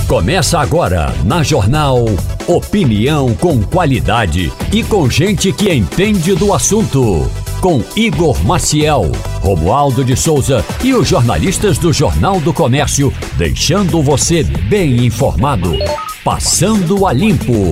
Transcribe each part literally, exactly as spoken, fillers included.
Começa agora na Jornal Opinião com qualidade e com gente que entende do assunto. Com Igor Maciel, Romualdo de Souza e os jornalistas do Jornal do Comércio, deixando você bem informado. Passando a Limpo.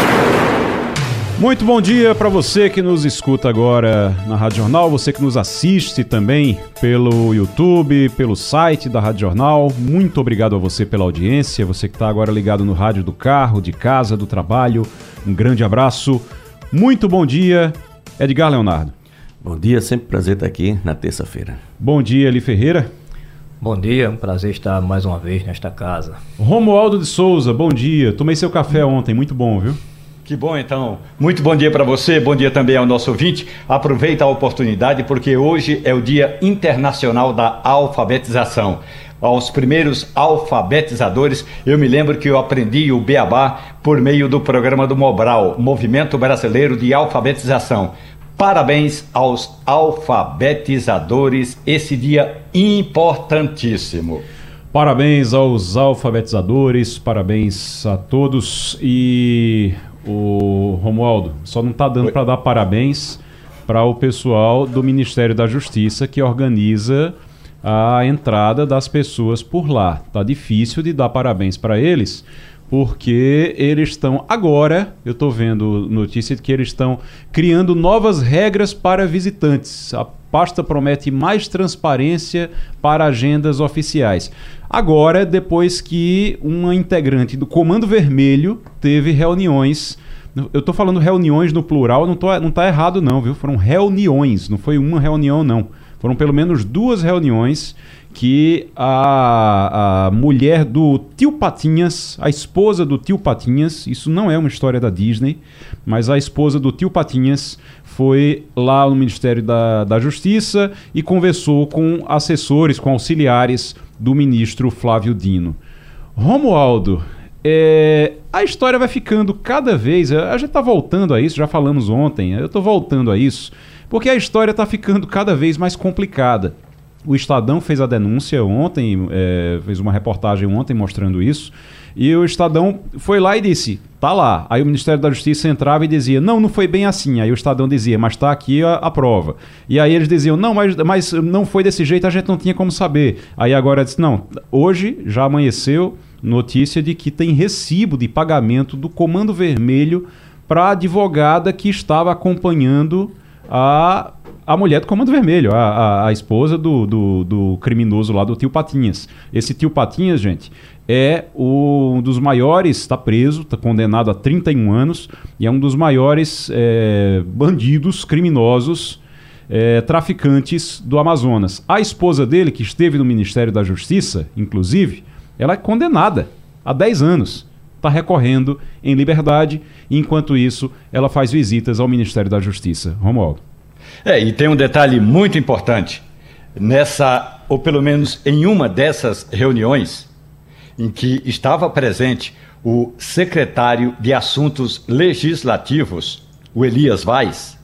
Muito bom dia para você que nos escuta agora na Rádio Jornal, você que nos assiste também pelo YouTube, pelo site da Rádio Jornal. Muito obrigado a você pela audiência, você que está agora ligado no rádio do carro, de casa, do trabalho. Um grande abraço. Muito bom dia, Edgar Leonardo. Bom dia, sempre prazer estar aqui na terça-feira. Bom dia, Eli Ferreira. Bom dia, um prazer estar mais uma vez nesta casa. Romualdo de Souza, bom dia. Tomei seu café ontem, muito bom, viu? Que bom, então. Muito bom dia para você, bom dia também ao nosso ouvinte. Aproveita a oportunidade porque hoje é o Dia Internacional da Alfabetização. Aos primeiros alfabetizadores, eu me lembro que eu aprendi o beabá por meio do programa do Mobral, Movimento Brasileiro de Alfabetização. Parabéns aos alfabetizadores, esse dia importantíssimo. Parabéns aos alfabetizadores, parabéns a todos. E o Romualdo, só não está dando para dar parabéns para o pessoal do Ministério da Justiça que organiza a entrada das pessoas por lá. Tá difícil de dar parabéns para eles, porque eles estão agora, eu estou vendo notícia de que eles estão criando novas regras para visitantes. A pasta promete mais transparência para agendas oficiais. Agora, depois que uma integrante do Comando Vermelho teve reuniões, eu estou falando reuniões no plural, não, tô, não tá errado não, viu? Foram reuniões, não foi uma reunião não. Foram pelo menos duas reuniões que a, a mulher do Tio Patinhas, a esposa do Tio Patinhas, isso não é uma história da Disney, mas a esposa do Tio Patinhas foi lá no Ministério da, da Justiça e conversou com assessores, com auxiliares do ministro Flávio Dino. Romualdo, é, a história vai ficando cada vez... A gente está voltando a isso, já falamos ontem, eu estou voltando a isso, porque a história está ficando cada vez mais complicada. O Estadão fez a denúncia ontem, é, fez uma reportagem ontem mostrando isso, e o Estadão foi lá e disse, tá lá. Aí o Ministério da Justiça entrava e dizia, não, não foi bem assim. Aí o Estadão dizia, mas tá aqui a, a prova. E aí eles diziam, não, mas, mas não foi desse jeito, a gente não tinha como saber. Aí agora disse, não, hoje já amanheceu notícia de que tem recibo de pagamento do Comando Vermelho para a advogada que estava acompanhando a... a mulher do Comando Vermelho, a, a, a esposa do, do, do criminoso lá do Tio Patinhas. Esse Tio Patinhas, gente, é o, um dos maiores, está preso, está condenado a trinta e um anos, e é um dos maiores é, bandidos, criminosos, é, traficantes do Amazonas. A esposa dele, que esteve no Ministério da Justiça, inclusive, ela é condenada a dez anos. Está recorrendo em liberdade, e enquanto isso, ela faz visitas ao Ministério da Justiça. Romualdo. É, e tem um detalhe muito importante. Nessa, ou pelo menos em uma dessas reuniões, em que estava presente o secretário de Assuntos Legislativos, o Elias Vaz.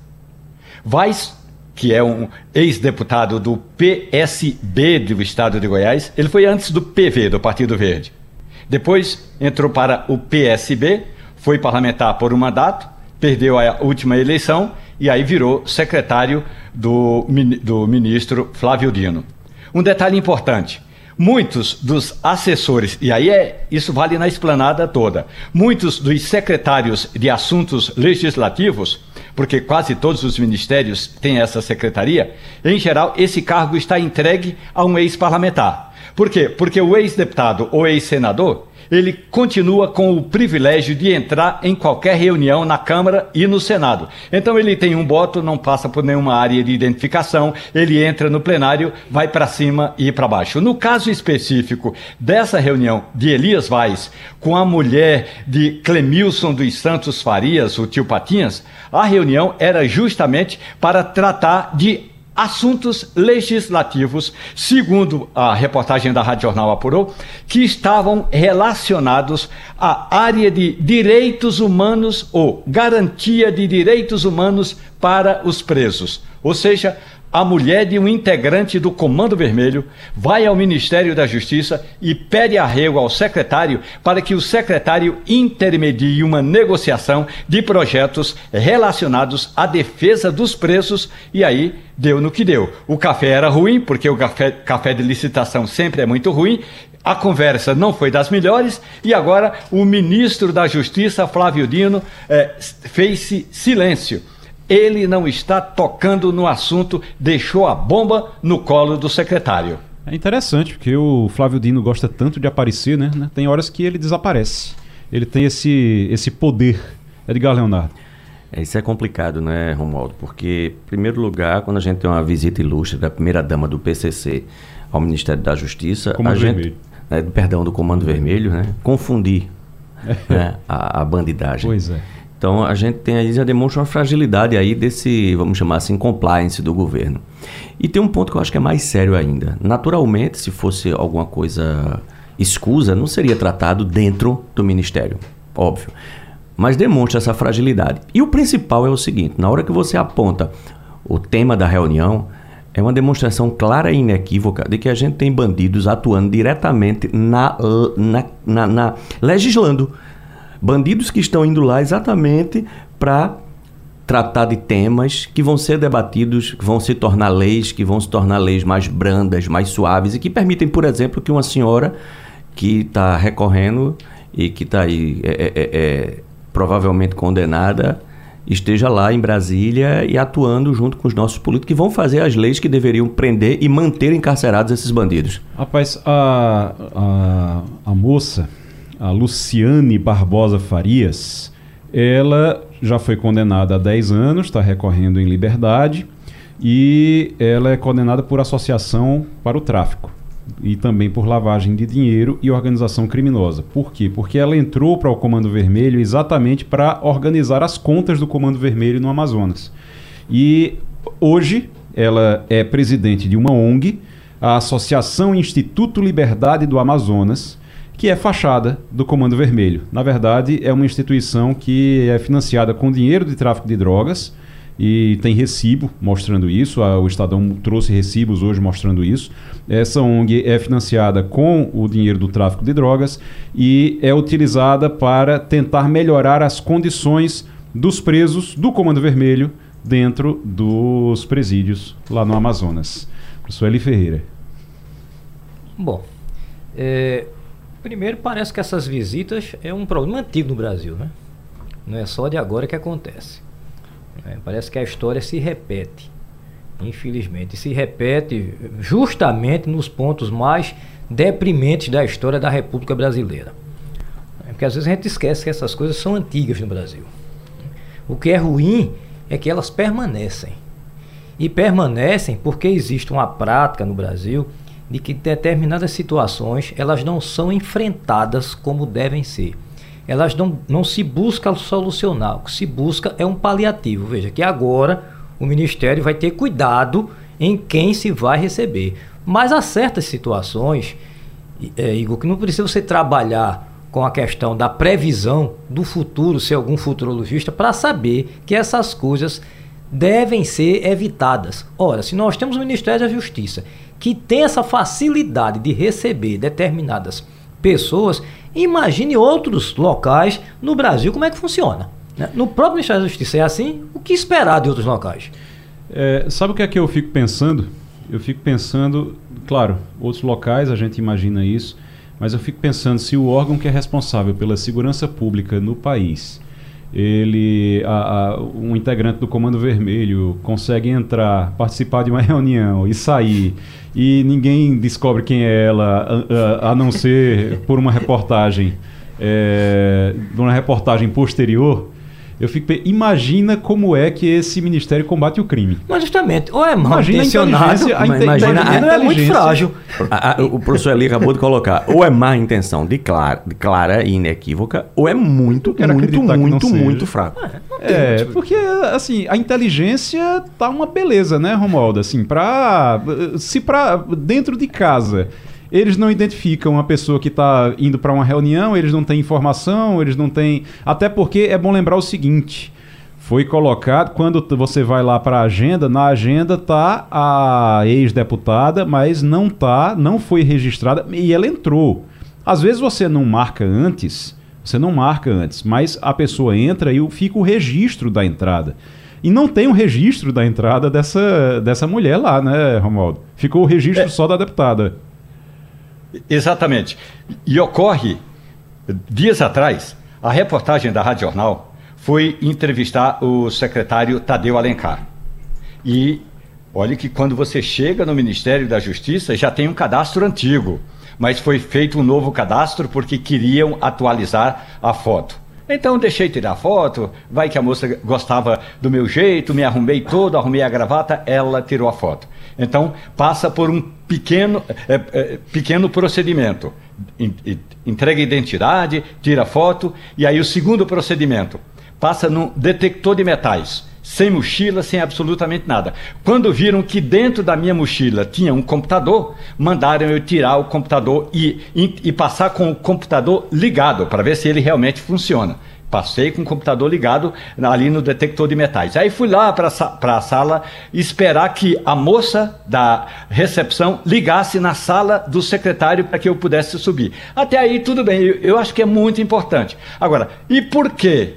Vaz, que é um ex-deputado do P S B do estado de Goiás, ele foi antes do P V, do Partido Verde. Depois entrou para o P S B, foi parlamentar por um mandato, perdeu a última eleição e aí virou secretário do, do ministro Flávio Dino. Um detalhe importante, muitos dos assessores, e aí é, isso vale na esplanada toda, muitos dos secretários de assuntos legislativos, porque quase todos os ministérios têm essa secretaria, em geral esse cargo está entregue a um ex-parlamentar. Por quê? Porque o ex-deputado ou ex-senador, ele continua com o privilégio de entrar em qualquer reunião na Câmara e no Senado. Então ele tem um voto, não passa por nenhuma área de identificação, ele entra no plenário, vai para cima e para baixo. No caso específico dessa reunião de Elias Vaz com a mulher de Clemilson dos Santos Farias, o Tio Patinhas, a reunião era justamente para tratar de assuntos legislativos, segundo a reportagem da Rádio Jornal apurou, que estavam relacionados à área de direitos humanos ou garantia de direitos humanos para os presos. Ou seja, a mulher de um integrante do Comando Vermelho vai ao Ministério da Justiça e pede arrego ao secretário para que o secretário intermedie uma negociação de projetos relacionados à defesa dos preços, e aí deu no que deu. O café era ruim, porque o café, café de licitação sempre é muito ruim, a conversa não foi das melhores, e agora o ministro da Justiça, Flávio Dino, eh, fez silêncio. Ele não está tocando no assunto, deixou a bomba no colo do secretário. É interessante, porque o Flávio Dino gosta tanto de aparecer, né? Tem horas que ele desaparece. Ele tem esse, esse poder. Edgar Leonardo. É, isso é complicado, né, Romualdo? Porque, em primeiro lugar, quando a gente tem uma visita ilustre da primeira-dama do P C C ao Ministério da Justiça... Comando a gente, Vermelho. Né, perdão, do Comando Vermelho, né? Confundir né, a, a bandidagem. Pois é. Então, a gente tem aí, já demonstra uma fragilidade aí desse, vamos chamar assim, compliance do governo. E tem um ponto que eu acho que é mais sério ainda. Naturalmente, se fosse alguma coisa escusa, não seria tratado dentro do Ministério, óbvio. Mas demonstra essa fragilidade. E o principal é o seguinte, na hora que você aponta o tema da reunião, é uma demonstração clara e inequívoca de que a gente tem bandidos atuando diretamente na, na, na, na legislando. Bandidos que estão indo lá exatamente para tratar de temas que vão ser debatidos, que vão se tornar leis, que vão se tornar leis mais brandas, mais suaves e que permitem, por exemplo, que uma senhora que está recorrendo e que está aí é, é, é, provavelmente condenada esteja lá em Brasília e atuando junto com os nossos políticos que vão fazer as leis que deveriam prender e manter encarcerados esses bandidos. Rapaz, a, a, a moça... a Luciane Barbosa Farias, ela já foi condenada a dez anos, está recorrendo em liberdade, e ela é condenada por associação para o tráfico e também por lavagem de dinheiro e organização criminosa. Por quê? Porque ela entrou para o Comando Vermelho exatamente para organizar as contas do Comando Vermelho no Amazonas. E hoje ela é presidente de uma O N G, a Associação Instituto Liberdade do Amazonas, que é fachada do Comando Vermelho. Na verdade, é uma instituição que é financiada com dinheiro de tráfico de drogas e tem recibo mostrando isso. O Estadão trouxe recibos hoje mostrando isso. Essa O N G é financiada com o dinheiro do tráfico de drogas e é utilizada para tentar melhorar as condições dos presos do Comando Vermelho dentro dos presídios lá no Amazonas. Professor Eli Ferreira. Bom, é... primeiro, parece que essas visitas é um problema antigo no Brasil, né? Não é só de agora que acontece. É, parece que a história se repete, infelizmente. Se repete justamente nos pontos mais deprimentes da história da República Brasileira. É, porque às vezes a gente esquece que essas coisas são antigas no Brasil. O que é ruim é que elas permanecem. E permanecem porque existe uma prática no Brasil de que determinadas situações elas não são enfrentadas como devem ser. Elas não, não se busca solucionar, o que se busca é um paliativo. Veja que agora o Ministério vai ter cuidado em quem se vai receber. Mas há certas situações, é, Igor, que não precisa você trabalhar com a questão da previsão do futuro, ser algum futurologista, para saber que essas coisas devem ser evitadas. Ora, se nós temos o Ministério da Justiça que tem essa facilidade de receber determinadas pessoas, imagine outros locais no Brasil como é que funciona. Né? No próprio Ministério da Justiça é assim, o que esperar de outros locais? É, sabe o que é que eu fico pensando? Eu fico pensando, claro, outros locais a gente imagina isso, mas eu fico pensando se o órgão que é responsável pela segurança pública no país, ele, a, a, um integrante do Comando Vermelho consegue entrar, participar de uma reunião e sair, e ninguém descobre quem é ela, a, a, a não ser por uma reportagem, é, uma reportagem posterior. Eu fico pensando, imagina como é que esse ministério combate o crime. Mas justamente, ou é mal intencionado, a imagina, imagina é muito frágil. A, a, o professor Eli acabou de colocar, ou é má intenção de clara, de clara e inequívoca, ou é muito, muito, muito, muito fraco. É, é, porque assim, a inteligência tá uma beleza, né, Romualdo? Assim, pra, se pra dentro de casa eles não identificam uma pessoa que está indo para uma reunião, eles não têm informação, eles não têm... Até porque é bom lembrar o seguinte, Foi colocado, quando você vai lá para a agenda, na agenda tá a ex-deputada, mas não tá, não foi registrada e ela entrou. Às vezes você não marca antes, você não marca antes, mas a pessoa entra e fica o registro da entrada. E não tem um registro da entrada dessa, dessa mulher lá, né, Romualdo? Ficou o registro é. só da deputada. Exatamente. E ocorre, dias atrás, a reportagem da Rádio Jornal foi entrevistar o secretário Tadeu Alencar. E olha que quando você chega no Ministério da Justiça, já tem um cadastro antigo, mas foi feito um novo cadastro porque queriam atualizar a foto. Então deixei tirar a foto, vai que a moça gostava do meu jeito, me arrumei todo, arrumei a gravata, ela tirou a foto. Então passa por um pequeno, é, é, pequeno procedimento. Entrega a identidade, tira a foto, e aí o segundo procedimento, passa num detector de metais, sem mochila, sem absolutamente nada. Quando viram que dentro da minha mochila tinha um computador, mandaram eu tirar o computador e, e, e passar com o computador ligado, para ver se ele realmente funciona. Passei com o computador ligado ali no detector de metais. Aí fui lá para a sala esperar que a moça da recepção ligasse na sala do secretário para que eu pudesse subir. Até aí tudo bem, eu, eu acho que é muito importante. Agora, e por que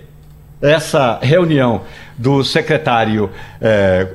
essa reunião do secretário eh,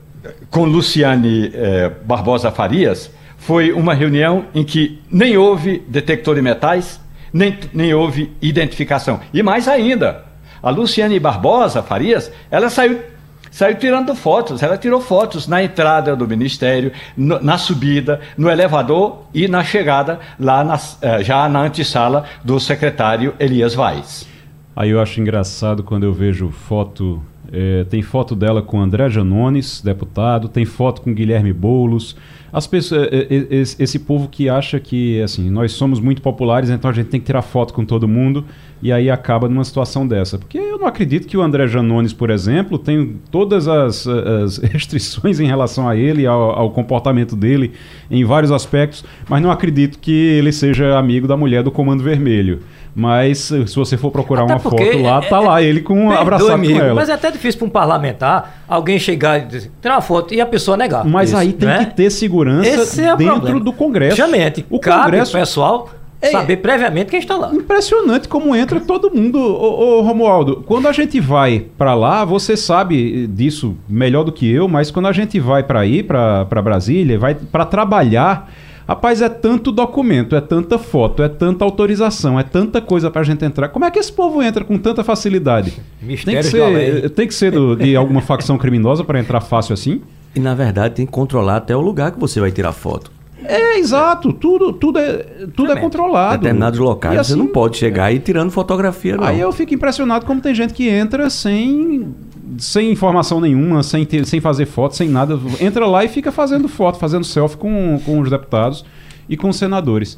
com Luciane eh, Barbosa Farias foi uma reunião em que nem houve detector de metais, nem, nem houve identificação. E mais ainda, a Luciane Barbosa Farias, ela saiu, saiu tirando fotos, ela tirou fotos na entrada do Ministério, no, na subida, no elevador e na chegada lá na, eh, já na antessala do secretário Elias Vaz. Aí eu acho engraçado quando eu vejo foto, é, tem foto dela com André Janones, deputado, tem foto com Guilherme Boulos, as pessoas, é, é, esse, esse povo que acha que assim, nós somos muito populares, então a gente tem que tirar foto com todo mundo, e aí acaba numa situação dessa. Porque eu não acredito que o André Janones, por exemplo, tem todas as, as restrições em relação a ele, ao, ao comportamento dele, em vários aspectos, mas não acredito que ele seja amigo da mulher do Comando Vermelho. Mas se você for procurar até uma foto lá, tá é, lá ele com um abraçado amigo, com ela. Mas é até difícil para um parlamentar alguém chegar e dizer, tirar uma foto e a pessoa negar. Mas isso, aí tem né? que ter segurança é dentro problema. do Congresso. Justamente. O cabe Congresso... pessoal é, saber previamente quem está lá. Impressionante como entra todo mundo. Ô, ô Romualdo, quando a gente vai para lá, você sabe disso melhor do que eu, mas quando a gente vai para ir para Brasília, vai para trabalhar... Rapaz, é tanto documento, é tanta foto, é tanta autorização, é tanta coisa pra gente entrar. Como é que esse povo entra com tanta facilidade? Tem que ser, tem que ser do, de alguma facção criminosa para entrar fácil assim? E na verdade tem que controlar até o lugar que você vai tirar foto. É, exato. Tudo, tudo, é, tudo é controlado. Determinados locais assim, você não pode chegar é. e ir tirando fotografia, não. Aí eu fico impressionado como tem gente que entra sem... sem informação nenhuma, sem, ter, sem fazer foto, sem nada, entra lá e fica fazendo foto, fazendo selfie com, com os deputados e com os senadores.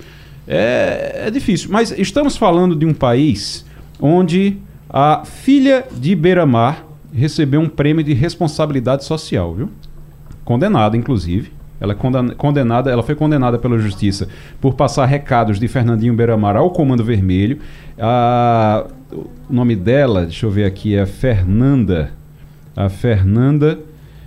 É, é difícil, mas estamos falando de um país onde a filha de Beiramar recebeu um prêmio de responsabilidade social, viu? Condenada, inclusive. Ela, é condenada, ela foi condenada pela justiça por passar recados de Fernandinho Beiramar ao Comando Vermelho. A, o nome dela, deixa eu ver aqui, é Fernanda... A Fernanda,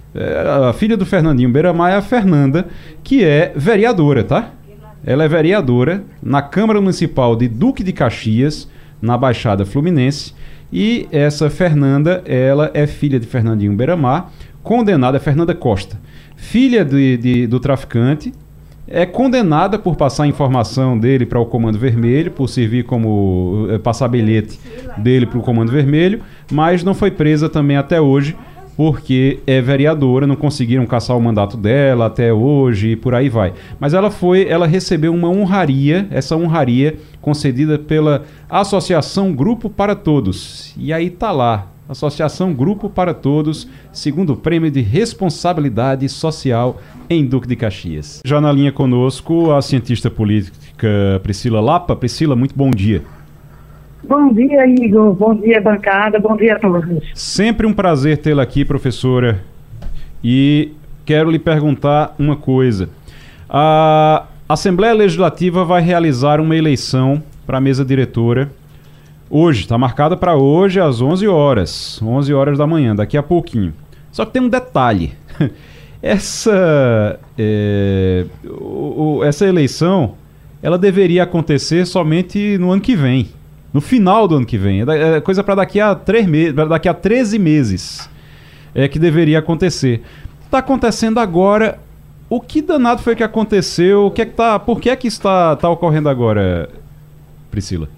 a filha do Fernandinho Beiramar é a Fernanda, que é vereadora, tá? Ela é vereadora na Câmara Municipal de Duque de Caxias, na Baixada Fluminense. E essa Fernanda, ela é filha de Fernandinho Beiramar, condenada, Fernanda Costa, filha de, de, do traficante, é condenada por passar informação dele para o Comando Vermelho, por servir como é, passar bilhete dele para o Comando Vermelho, mas não foi presa também até hoje, porque é vereadora, não conseguiram caçar o mandato dela até hoje e por aí vai. Mas ela foi, ela recebeu uma honraria, essa honraria concedida pela Associação Grupo para Todos. E aí tá lá, Associação Grupo para Todos, segundo prêmio de responsabilidade social em Duque de Caxias. Já na linha conosco, a cientista política Priscila Lapa. Priscila, muito bom dia. Bom dia, Igor. Bom dia, bancada. Bom dia a todos. Sempre um prazer tê-la aqui, professora. E quero lhe perguntar uma coisa. A Assembleia Legislativa vai realizar uma eleição para a mesa diretora Hoje, está marcada para hoje às onze horas, onze horas da manhã, daqui a pouquinho. Só que tem um detalhe. Essa, é, o, o, essa eleição, ela deveria acontecer somente no ano que vem, no final do ano que vem. É coisa para daqui a três meses, daqui a treze meses é que deveria acontecer. Está acontecendo agora. O que danado foi que aconteceu? O que é que tá, por que é que está, está ocorrendo agora, Priscila?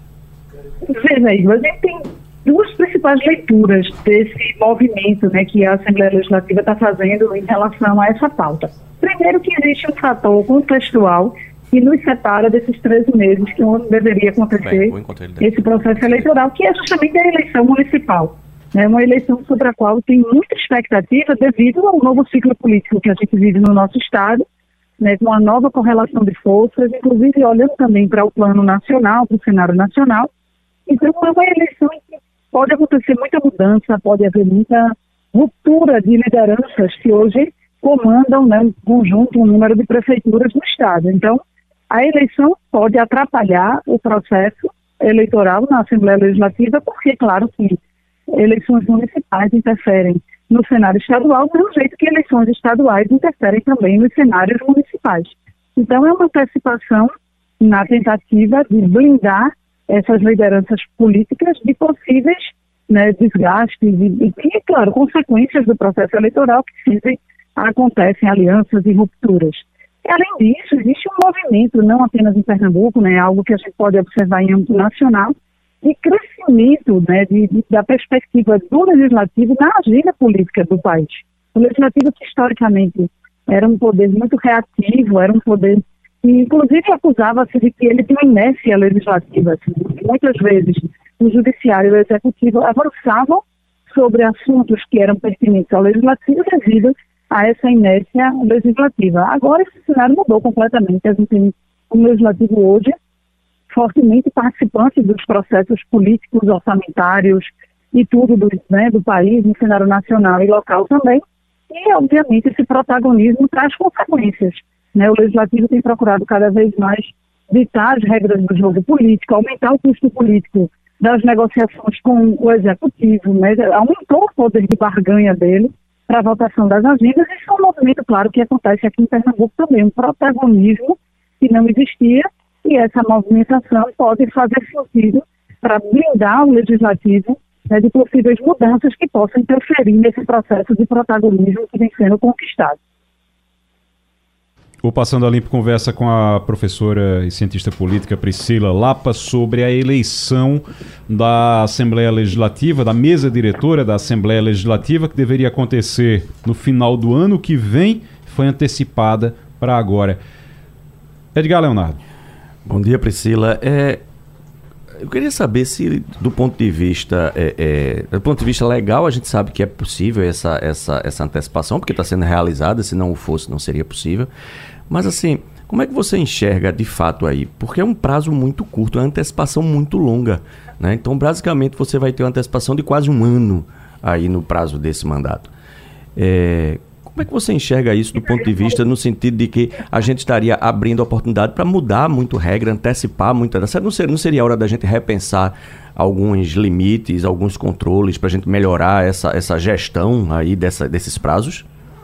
Veja aí, a gente tem duas principais leituras desse movimento, né, que a Assembleia Legislativa está fazendo em relação a essa pauta. Primeiro, que existe um fator contextual que nos separa desses treze meses que onde deveria acontecer Bem, esse processo eleitoral, que é justamente a eleição municipal. É uma eleição sobre a qual tem muita expectativa devido ao novo ciclo político que a gente vive no nosso Estado, né, com uma nova correlação de forças, inclusive olhando também para o plano nacional, para o cenário nacional. Então, é uma eleição em que pode acontecer muita mudança, pode haver muita ruptura de lideranças que hoje comandam, né, um conjunto, um número de prefeituras no Estado. Então, a eleição pode atrapalhar o processo eleitoral na Assembleia Legislativa, porque, claro, que eleições municipais interferem no cenário estadual, do mesmo jeito que eleições estaduais interferem também nos cenários municipais. Então, é uma antecipação na tentativa de blindar essas lideranças políticas de possíveis, né, desgastes e, e, claro, consequências do processo eleitoral que sempre acontecem, alianças e rupturas. E, além disso, existe um movimento, não apenas em Pernambuco, né, algo que a gente pode observar em âmbito nacional, de crescimento, né, de, de, da perspectiva do legislativo na agenda política do país. O legislativo, que historicamente era um poder muito reativo, era um poder que, inclusive, acusava-se de que ele tinha inércia legislativa. Assim, muitas vezes, o judiciário e o executivo avançavam sobre assuntos que eram pertinentes ao legislativo devido a essa inércia legislativa. Agora, esse cenário mudou completamente. A gente tem um legislativo hoje fortemente participante dos processos políticos, orçamentários e tudo do, né, do país, no cenário nacional e local também. E, obviamente, esse protagonismo traz consequências. Né? O Legislativo tem procurado cada vez mais ditar as regras do jogo político, aumentar o custo político das negociações com o Executivo, né? Aumentou o poder de barganha dele para a votação das agendas. Isso é um movimento, claro, que acontece aqui em Pernambuco também, um protagonismo que não existia, e essa movimentação pode fazer sentido para blindar o Legislativo, né, de possíveis mudanças que possam interferir nesse processo de protagonismo que vem sendo conquistado. O Passando a Limpo conversa com a professora e cientista política Priscila Lapa sobre a eleição da Assembleia Legislativa, da mesa diretora da Assembleia Legislativa, que deveria acontecer no final do ano que vem, foi antecipada para agora. Edgar Leonardo. Bom dia, Priscila. É, eu queria saber se, do ponto de vista é, é, do ponto de vista legal, a gente sabe que é possível essa, essa, essa antecipação, porque está sendo realizada, se não fosse, não seria possível. Mas assim, como é que você enxerga de fato aí? Porque é um prazo muito curto, é uma antecipação muito longa, né? Então, basicamente, você vai ter uma antecipação de quase um ano aí no prazo desse mandato. É... Como é que você enxerga isso do ponto de vista, no sentido de que a gente estaria abrindo a oportunidade para mudar muito regra, antecipar muito? Não seria, não seria a hora da gente repensar alguns limites, alguns controles para a gente melhorar essa, essa gestão aí dessa, desses prazos?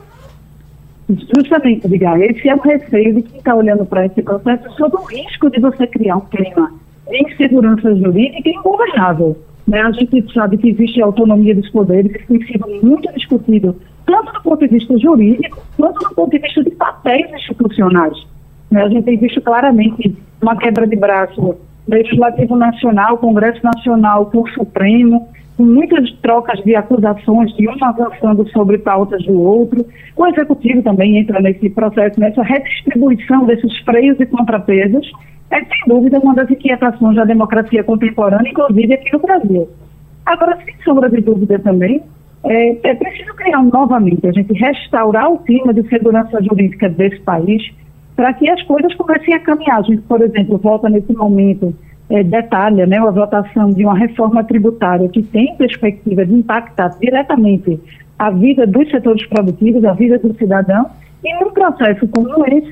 Justamente, Edgar, esse é o receio de quem está olhando para esse processo sobre o risco de você criar um clima de insegurança jurídica ingovernável. Né? A gente sabe que existe a autonomia dos poderes, que tem sido muito discutido tanto do ponto de vista jurídico, quanto do ponto de vista de papéis institucionais. Né? A gente tem visto claramente uma quebra de braço Legislativo Nacional, Congresso Nacional com o Supremo, com muitas trocas de acusações, de um avançando sobre pautas do outro. O Executivo também entra nesse processo, nessa redistribuição desses freios e contrapesos. É, sem dúvida, uma das inquietações da democracia contemporânea, inclusive aqui no Brasil. Agora, sem sombra de dúvida também, É, é preciso criar novamente, a gente restaurar o clima de segurança jurídica desse país para que as coisas comecem a caminhar. A gente, por exemplo, volta nesse momento, é, detalha, né, a votação de uma reforma tributária que tem perspectiva de impactar diretamente a vida dos setores produtivos, a vida do cidadão, e num processo como esse,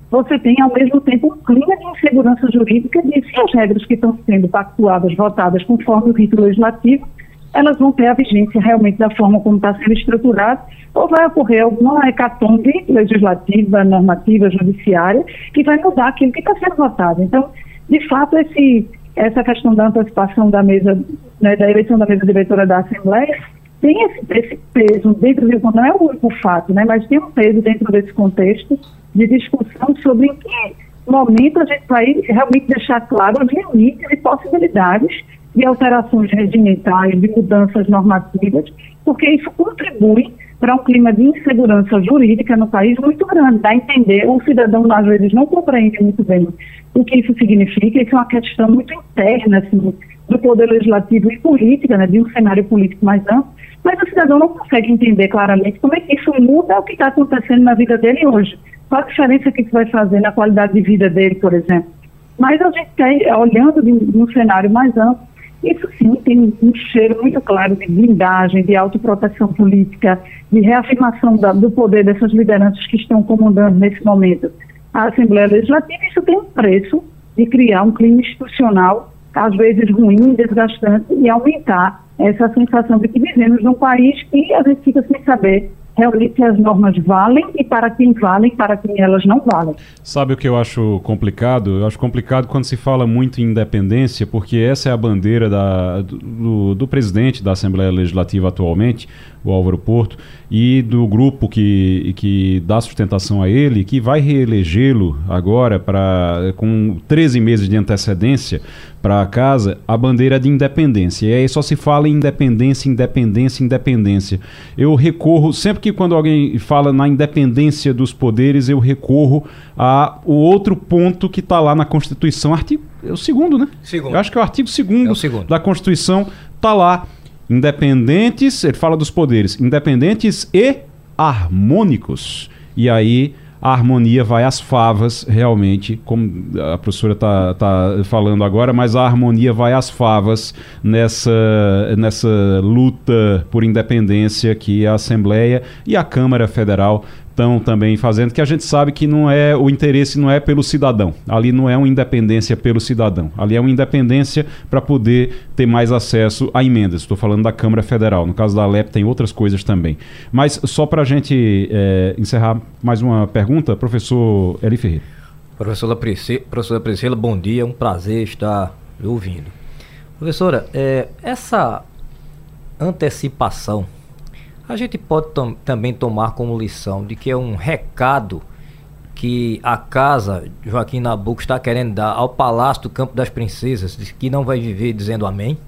você tem, ao mesmo tempo, um clima de insegurança jurídica de se as regras que estão sendo pactuadas, votadas conforme o rito legislativo, elas vão ter a vigência realmente da forma como está sendo estruturado, ou vai ocorrer alguma hecatombe legislativa, normativa, judiciária, que vai mudar aquilo que está sendo votado. Então, de fato, esse, essa questão da antecipação da mesa, né, da eleição da mesa diretora da Assembleia, tem esse, esse peso dentro do, não é o único fato, né, mas tem um peso dentro desse contexto de discussão sobre em que momento a gente vai realmente deixar claro os limites e possibilidades de alterações regimentais, de mudanças normativas, porque isso contribui para um clima de insegurança jurídica no país muito grande. Dá a entender, o cidadão às vezes não compreende muito bem o que isso significa, isso é uma questão muito interna, assim, do poder legislativo e política, né, de um cenário político mais amplo, mas o cidadão não consegue entender claramente como é que isso muda o que está acontecendo na vida dele hoje. Qual a diferença que isso vai fazer na qualidade de vida dele, por exemplo. Mas a gente está olhando de, de um cenário mais amplo, isso sim tem um cheiro muito claro de blindagem, de autoproteção política, de reafirmação da, do poder dessas lideranças que estão comandando nesse momento a Assembleia Legislativa. Isso tem um preço de criar um clima institucional, às vezes ruim, desgastante, e aumentar essa sensação de que vivemos num país que a gente fica sem saber realmente se as normas valem e para quem valem, para quem elas não valem. Sabe o que eu acho complicado? Eu acho complicado quando se fala muito em independência, porque essa é a bandeira da, do, do presidente da Assembleia Legislativa atualmente, o Álvaro Porto, e do grupo que, que dá sustentação a ele, que vai reelegê-lo agora pra, com treze meses de antecedência para a casa, a bandeira de independência. E aí só se fala em independência, independência, independência. Eu recorro, sempre que quando alguém fala na independência dos poderes, eu recorro a o outro ponto que está lá na Constituição, artigo, é o segundo, né? Segundo. Eu acho que é o artigo segundo, é o segundo. da Constituição, está lá. Independentes, ele fala dos poderes, independentes e harmônicos. E aí a harmonia vai às favas, realmente, como a professora está tá falando agora, mas a harmonia vai às favas nessa, nessa luta por independência que a Assembleia e a Câmara Federal estão também fazendo, que a gente sabe que não é, o interesse não é pelo cidadão. Ali não é uma independência pelo cidadão. Ali é uma independência para poder ter mais acesso a emendas. Estou falando da Câmara Federal. No caso da Alep tem outras coisas também. Mas só para a gente é, encerrar mais uma pergunta, professor Eli Ferreira. Professora Priscila, professora Priscila, bom dia. É um prazer estar ouvindo. Professora, é, essa antecipação a gente pode tom- também tomar como lição de que é um recado que a casa Joaquim Nabuco está querendo dar ao Palácio do Campo das Princesas, de que não vai viver dizendo amém?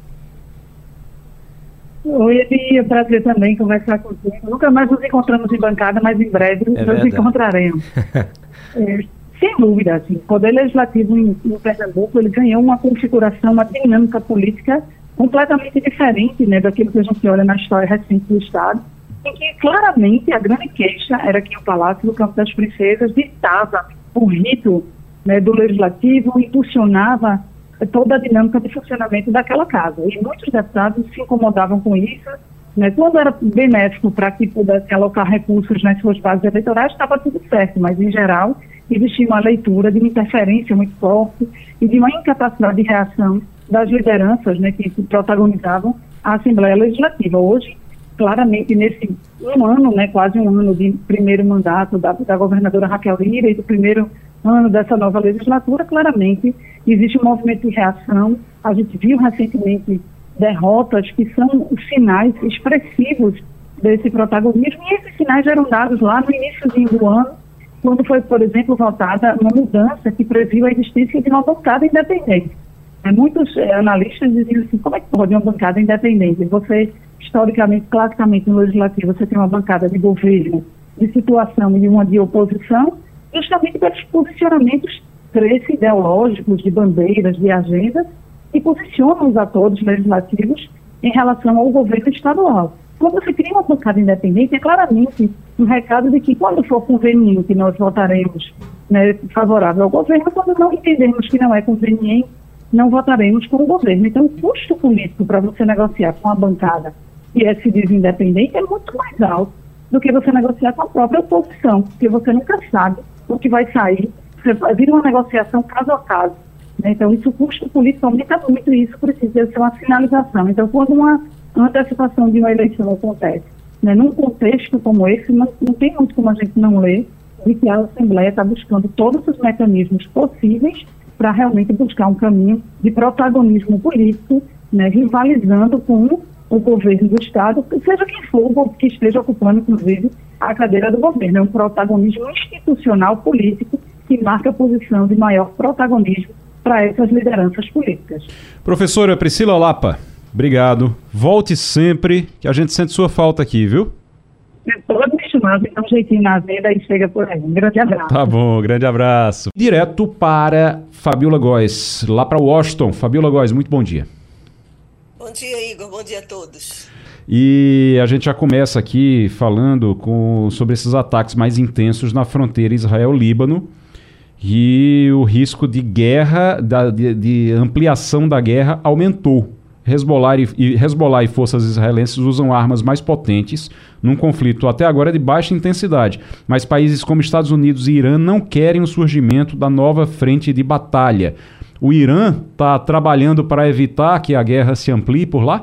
Oi, é um prazer também conversar contigo. Nunca mais nos encontramos em bancada, mas em breve É nos verdade. encontraremos. é, sem dúvida, assim, o Poder Legislativo em, em Pernambuco, ele ganhou uma configuração, uma dinâmica política completamente diferente, né, daquilo que a gente olha na história recente do Estado, em que claramente a grande queixa era que o Palácio do Campo das Princesas ditava o rito, né, do Legislativo, impulsionava toda a dinâmica de funcionamento daquela casa. E muitos deputados se incomodavam com isso, né, quando era benéfico para que pudesse alocar recursos nas suas bases eleitorais, estava tudo certo, mas em geral existia uma leitura de uma interferência muito forte e de uma incapacidade de reação das lideranças, né, que protagonizavam a Assembleia Legislativa. Hoje, claramente, nesse um ano, né, quase um ano de primeiro mandato da, da governadora Raquel Lira e do primeiro ano dessa nova legislatura, claramente existe um movimento de reação. A gente viu recentemente derrotas que são os sinais expressivos desse protagonismo, e esses sinais eram dados lá no início do ano, quando foi, por exemplo, votada uma mudança que previu a existência de uma bancada independente. É, muitos é, analistas diziam assim, como é que pode uma bancada independente? Você, historicamente, classicamente no Legislativo, você tem uma bancada de governo, de situação e uma de oposição, justamente pelos posicionamentos três ideológicos, de bandeiras, de agendas, que posicionam os atores legislativos em relação ao governo estadual. Quando você cria uma bancada independente, é claramente um recado de que, quando for conveniente, nós votaremos, né, favorável ao governo. Quando não entendermos que não é conveniente, não votaremos com o governo. Então, o custo político para você negociar com a bancada que é se diz independente é muito mais alto do que você negociar com a própria oposição, porque você nunca sabe o que vai sair vira uma negociação caso a caso. Né? Então, isso, o custo político aumenta muito e isso precisa ser uma sinalização. Então, quando uma antecipação de uma eleição acontece, né, num contexto como esse, não, não tem muito como a gente não ler de que a Assembleia está buscando todos os mecanismos possíveis para realmente buscar um caminho de protagonismo político, né, rivalizando com o governo do Estado, seja quem for que esteja ocupando, inclusive, a cadeira do governo. É um protagonismo institucional político que marca a posição de maior protagonismo para essas lideranças políticas. Professora Priscila Lapa, obrigado. Volte sempre, que a gente sente sua falta aqui, viu? Pode me chamar, dá um jeitinho na vida e chega por aí. Um grande abraço. Tá bom, grande abraço. Direto para Fabiola Góes, lá para Washington. Fabiola Góes, muito bom dia. Bom dia, Igor. Bom dia a todos. E a gente já começa aqui falando com, sobre esses ataques mais intensos na fronteira Israel-Líbano e o risco de guerra, da, de, de ampliação da guerra aumentou. Hezbollah e, Hezbollah e forças israelenses usam armas mais potentes num conflito até agora de baixa intensidade, mas países como Estados Unidos e Irã não querem o surgimento da nova frente de batalha. O Irã está trabalhando para evitar que a guerra se amplie por lá?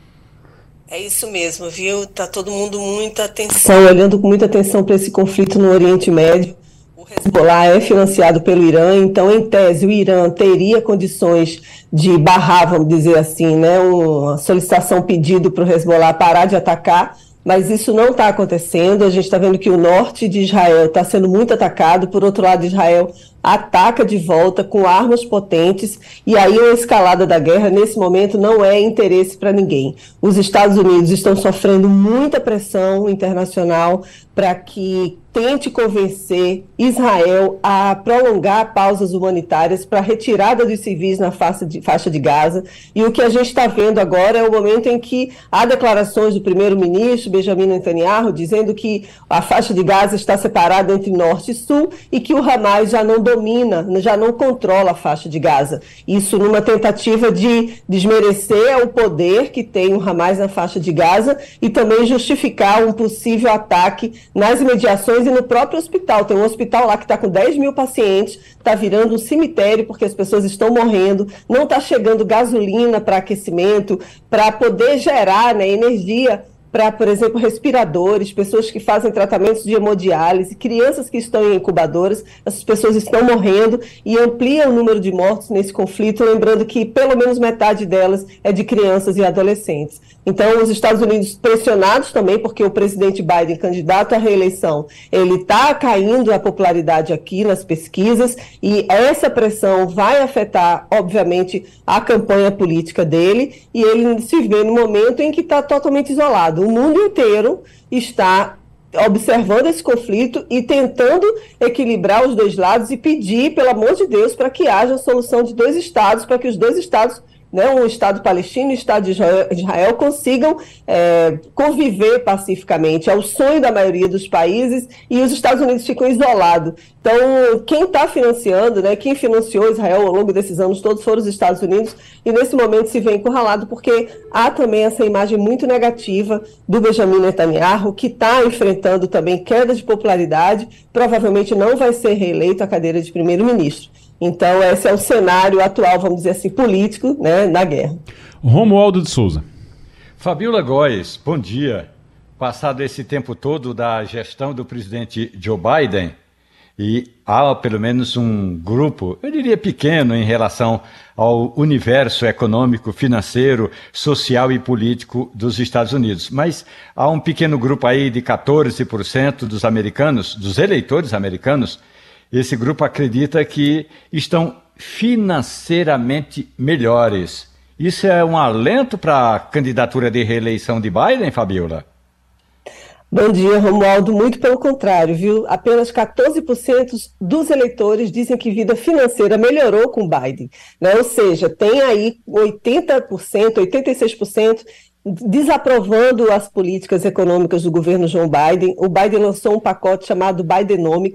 É isso mesmo, viu? Está todo mundo muita atenção, olhando com muita atenção para esse conflito no Oriente Médio. O Hezbollah é financiado pelo Irã, então, em tese, o Irã teria condições de barrar, vamos dizer assim, né, uma solicitação, pedido para o Hezbollah parar de atacar, mas isso não está acontecendo. A gente está vendo que o norte de Israel está sendo muito atacado, por outro lado, Israel ataca de volta com armas potentes, e aí a escalada da guerra, nesse momento, não é interesse para ninguém. Os Estados Unidos estão sofrendo muita pressão internacional para que tente convencer Israel a prolongar pausas humanitárias para a retirada dos civis na faixa de, faixa de Gaza, e o que a gente está vendo agora é o momento em que há declarações do primeiro-ministro Benjamin Netanyahu dizendo que a faixa de Gaza está separada entre norte e sul e que o Hamas já não domina, já não controla a faixa de Gaza. Isso numa tentativa de desmerecer o poder que tem o Hamas na faixa de Gaza e também justificar um possível ataque nas imediações e no próprio hospital. Tem um hospital lá que está com dez mil pacientes, está virando um cemitério porque as pessoas estão morrendo, não está chegando gasolina para aquecimento, para poder gerar, né, energia para, por exemplo, respiradores, pessoas que fazem tratamentos de hemodiálise, crianças que estão em incubadoras. Essas pessoas estão morrendo e amplia o número de mortos nesse conflito, lembrando que pelo menos metade delas é de crianças e adolescentes. Então, os Estados Unidos pressionados também, porque o presidente Biden, candidato à reeleição, ele está caindo a popularidade aqui nas pesquisas, e essa pressão vai afetar, obviamente, a campanha política dele, e ele se vê no momento em que está totalmente isolado. O mundo inteiro está observando esse conflito e tentando equilibrar os dois lados e pedir, pelo amor de Deus, para que haja solução de dois estados, para que os dois estados, né, um Estado palestino e um Estado de Israel, Israel consigam é, conviver pacificamente. É o sonho da maioria dos países e os Estados Unidos ficam isolados. Então, quem está financiando, né, quem financiou Israel ao longo desses anos todos foram os Estados Unidos, e nesse momento se vê encurralado porque há também essa imagem muito negativa do Benjamin Netanyahu, que está enfrentando também queda de popularidade, provavelmente não vai ser reeleito à cadeira de primeiro-ministro. Então, esse é o cenário atual, vamos dizer assim, político, né, na guerra. Romualdo de Souza. Fabiola Góes, bom dia. Passado esse tempo todo da gestão do presidente Joe Biden, e há pelo menos um grupo, eu diria pequeno, em relação ao universo econômico, financeiro, social e político dos Estados Unidos. Mas há um pequeno grupo aí de quatorze por cento dos americanos, dos eleitores americanos. Esse grupo acredita que estão financeiramente melhores. Isso é um alento para a candidatura de reeleição de Biden, Fabiola? Bom dia, Romualdo. Muito pelo contrário, viu? Apenas quatorze por cento dos eleitores dizem que vida financeira melhorou com Biden, né? Ou seja, tem aí oitenta por cento, oitenta e seis por cento desaprovando as políticas econômicas do governo Joe Biden. O Biden lançou um pacote chamado Bidenomics,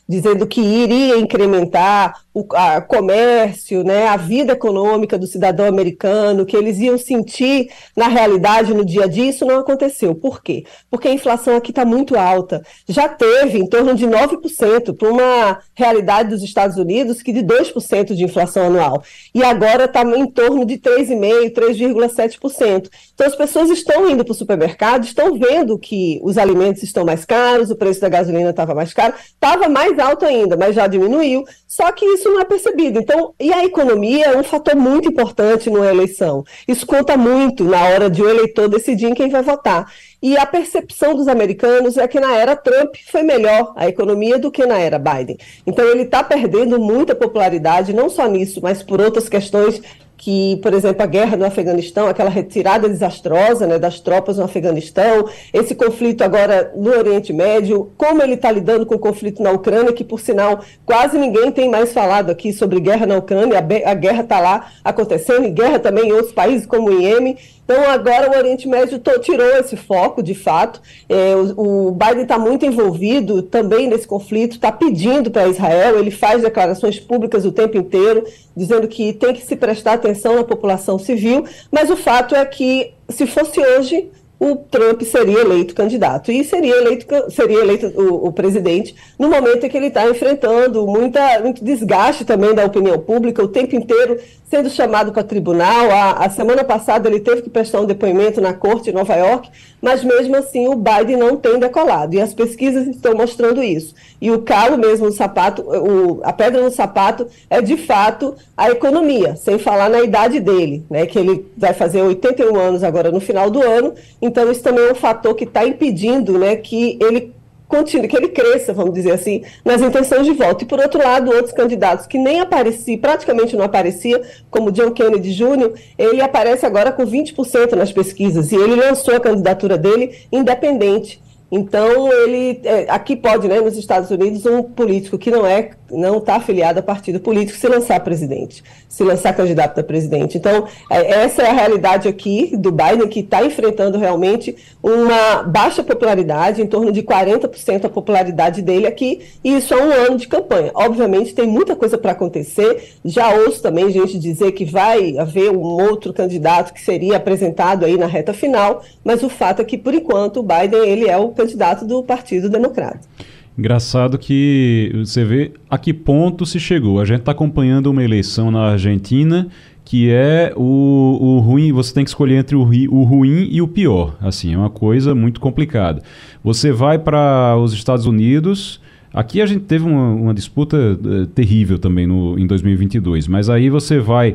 dizendo que iria incrementar o a comércio, né, a vida econômica do cidadão americano, que eles iam sentir na realidade, no dia a dia. Isso não aconteceu. Por quê? Porque a inflação aqui está muito alta. Já teve em torno de nove por cento para uma realidade dos Estados Unidos que de dois por cento de inflação anual. E agora está em torno de três vírgula cinco por cento, três vírgula sete por cento. Então as pessoas estão indo para o supermercado, estão vendo que os alimentos estão mais caros, o preço da gasolina estava mais caro, estava mais alto ainda, mas já diminuiu, só que isso não é percebido. Então, e a economia é um fator muito importante numa eleição. Isso conta muito na hora de o eleitor decidir em quem vai votar. E a percepção dos americanos é que na era Trump foi melhor a economia do que na era Biden. Então ele está perdendo muita popularidade, não só nisso, mas por outras questões que, por exemplo, a guerra no Afeganistão, aquela retirada desastrosa, né, das tropas no Afeganistão, esse conflito agora no Oriente Médio, como ele está lidando com o conflito na Ucrânia, que, por sinal, quase ninguém tem mais falado aqui sobre guerra na Ucrânia, a, a guerra está lá acontecendo, e guerra também em outros países, como o Iêmen. Então, agora o Oriente Médio to, tirou esse foco, de fato. É, o, o Biden está muito envolvido também nesse conflito, está pedindo para Israel, ele faz declarações públicas o tempo inteiro, dizendo que tem que se prestar atenção na população civil, mas o fato é que, se fosse hoje, o Trump seria eleito candidato, e seria eleito, seria eleito o, o presidente no momento em que ele está enfrentando muita, muito desgaste também da opinião pública, o tempo inteiro sendo chamado para tribunal. A, a semana passada ele teve que prestar um depoimento na corte em Nova York, mas mesmo assim o Biden não tem decolado, e as pesquisas estão mostrando isso. E o calo mesmo no sapato, o, a pedra no sapato é de fato a economia, sem falar na idade dele, né, que ele vai fazer oitenta e um anos agora no final do ano. Então isso também é um fator que está impedindo, né, que ele continue, que ele cresça, vamos dizer assim, nas intenções de voto. E, por outro lado, outros candidatos que nem apareciam, praticamente não aparecia, como John Kennedy Júnior, ele aparece agora com vinte por cento nas pesquisas, e ele lançou a candidatura dele independente. Então, ele, é, aqui pode, né, nos Estados Unidos, um político que não é, não está afiliado a partido político se lançar presidente, se lançar candidato a presidente. Então, é, essa é a realidade aqui do Biden, que está enfrentando realmente uma baixa popularidade, em torno de quarenta por cento a popularidade dele aqui, e isso é um ano de campanha. Obviamente, tem muita coisa para acontecer. Já ouço também gente dizer que vai haver um outro candidato que seria apresentado aí na reta final, mas o fato é que, por enquanto, o Biden, ele é o candidato do Partido Democrata. Engraçado que você vê a que ponto se chegou. A gente está acompanhando uma eleição na Argentina que é o, o ruim, você tem que escolher entre o, o ruim e o pior. Assim, é uma coisa muito complicada. Você vai para os Estados Unidos. Aqui a gente teve uma, uma disputa uh, terrível também no, em dois mil e vinte e dois, mas aí você vai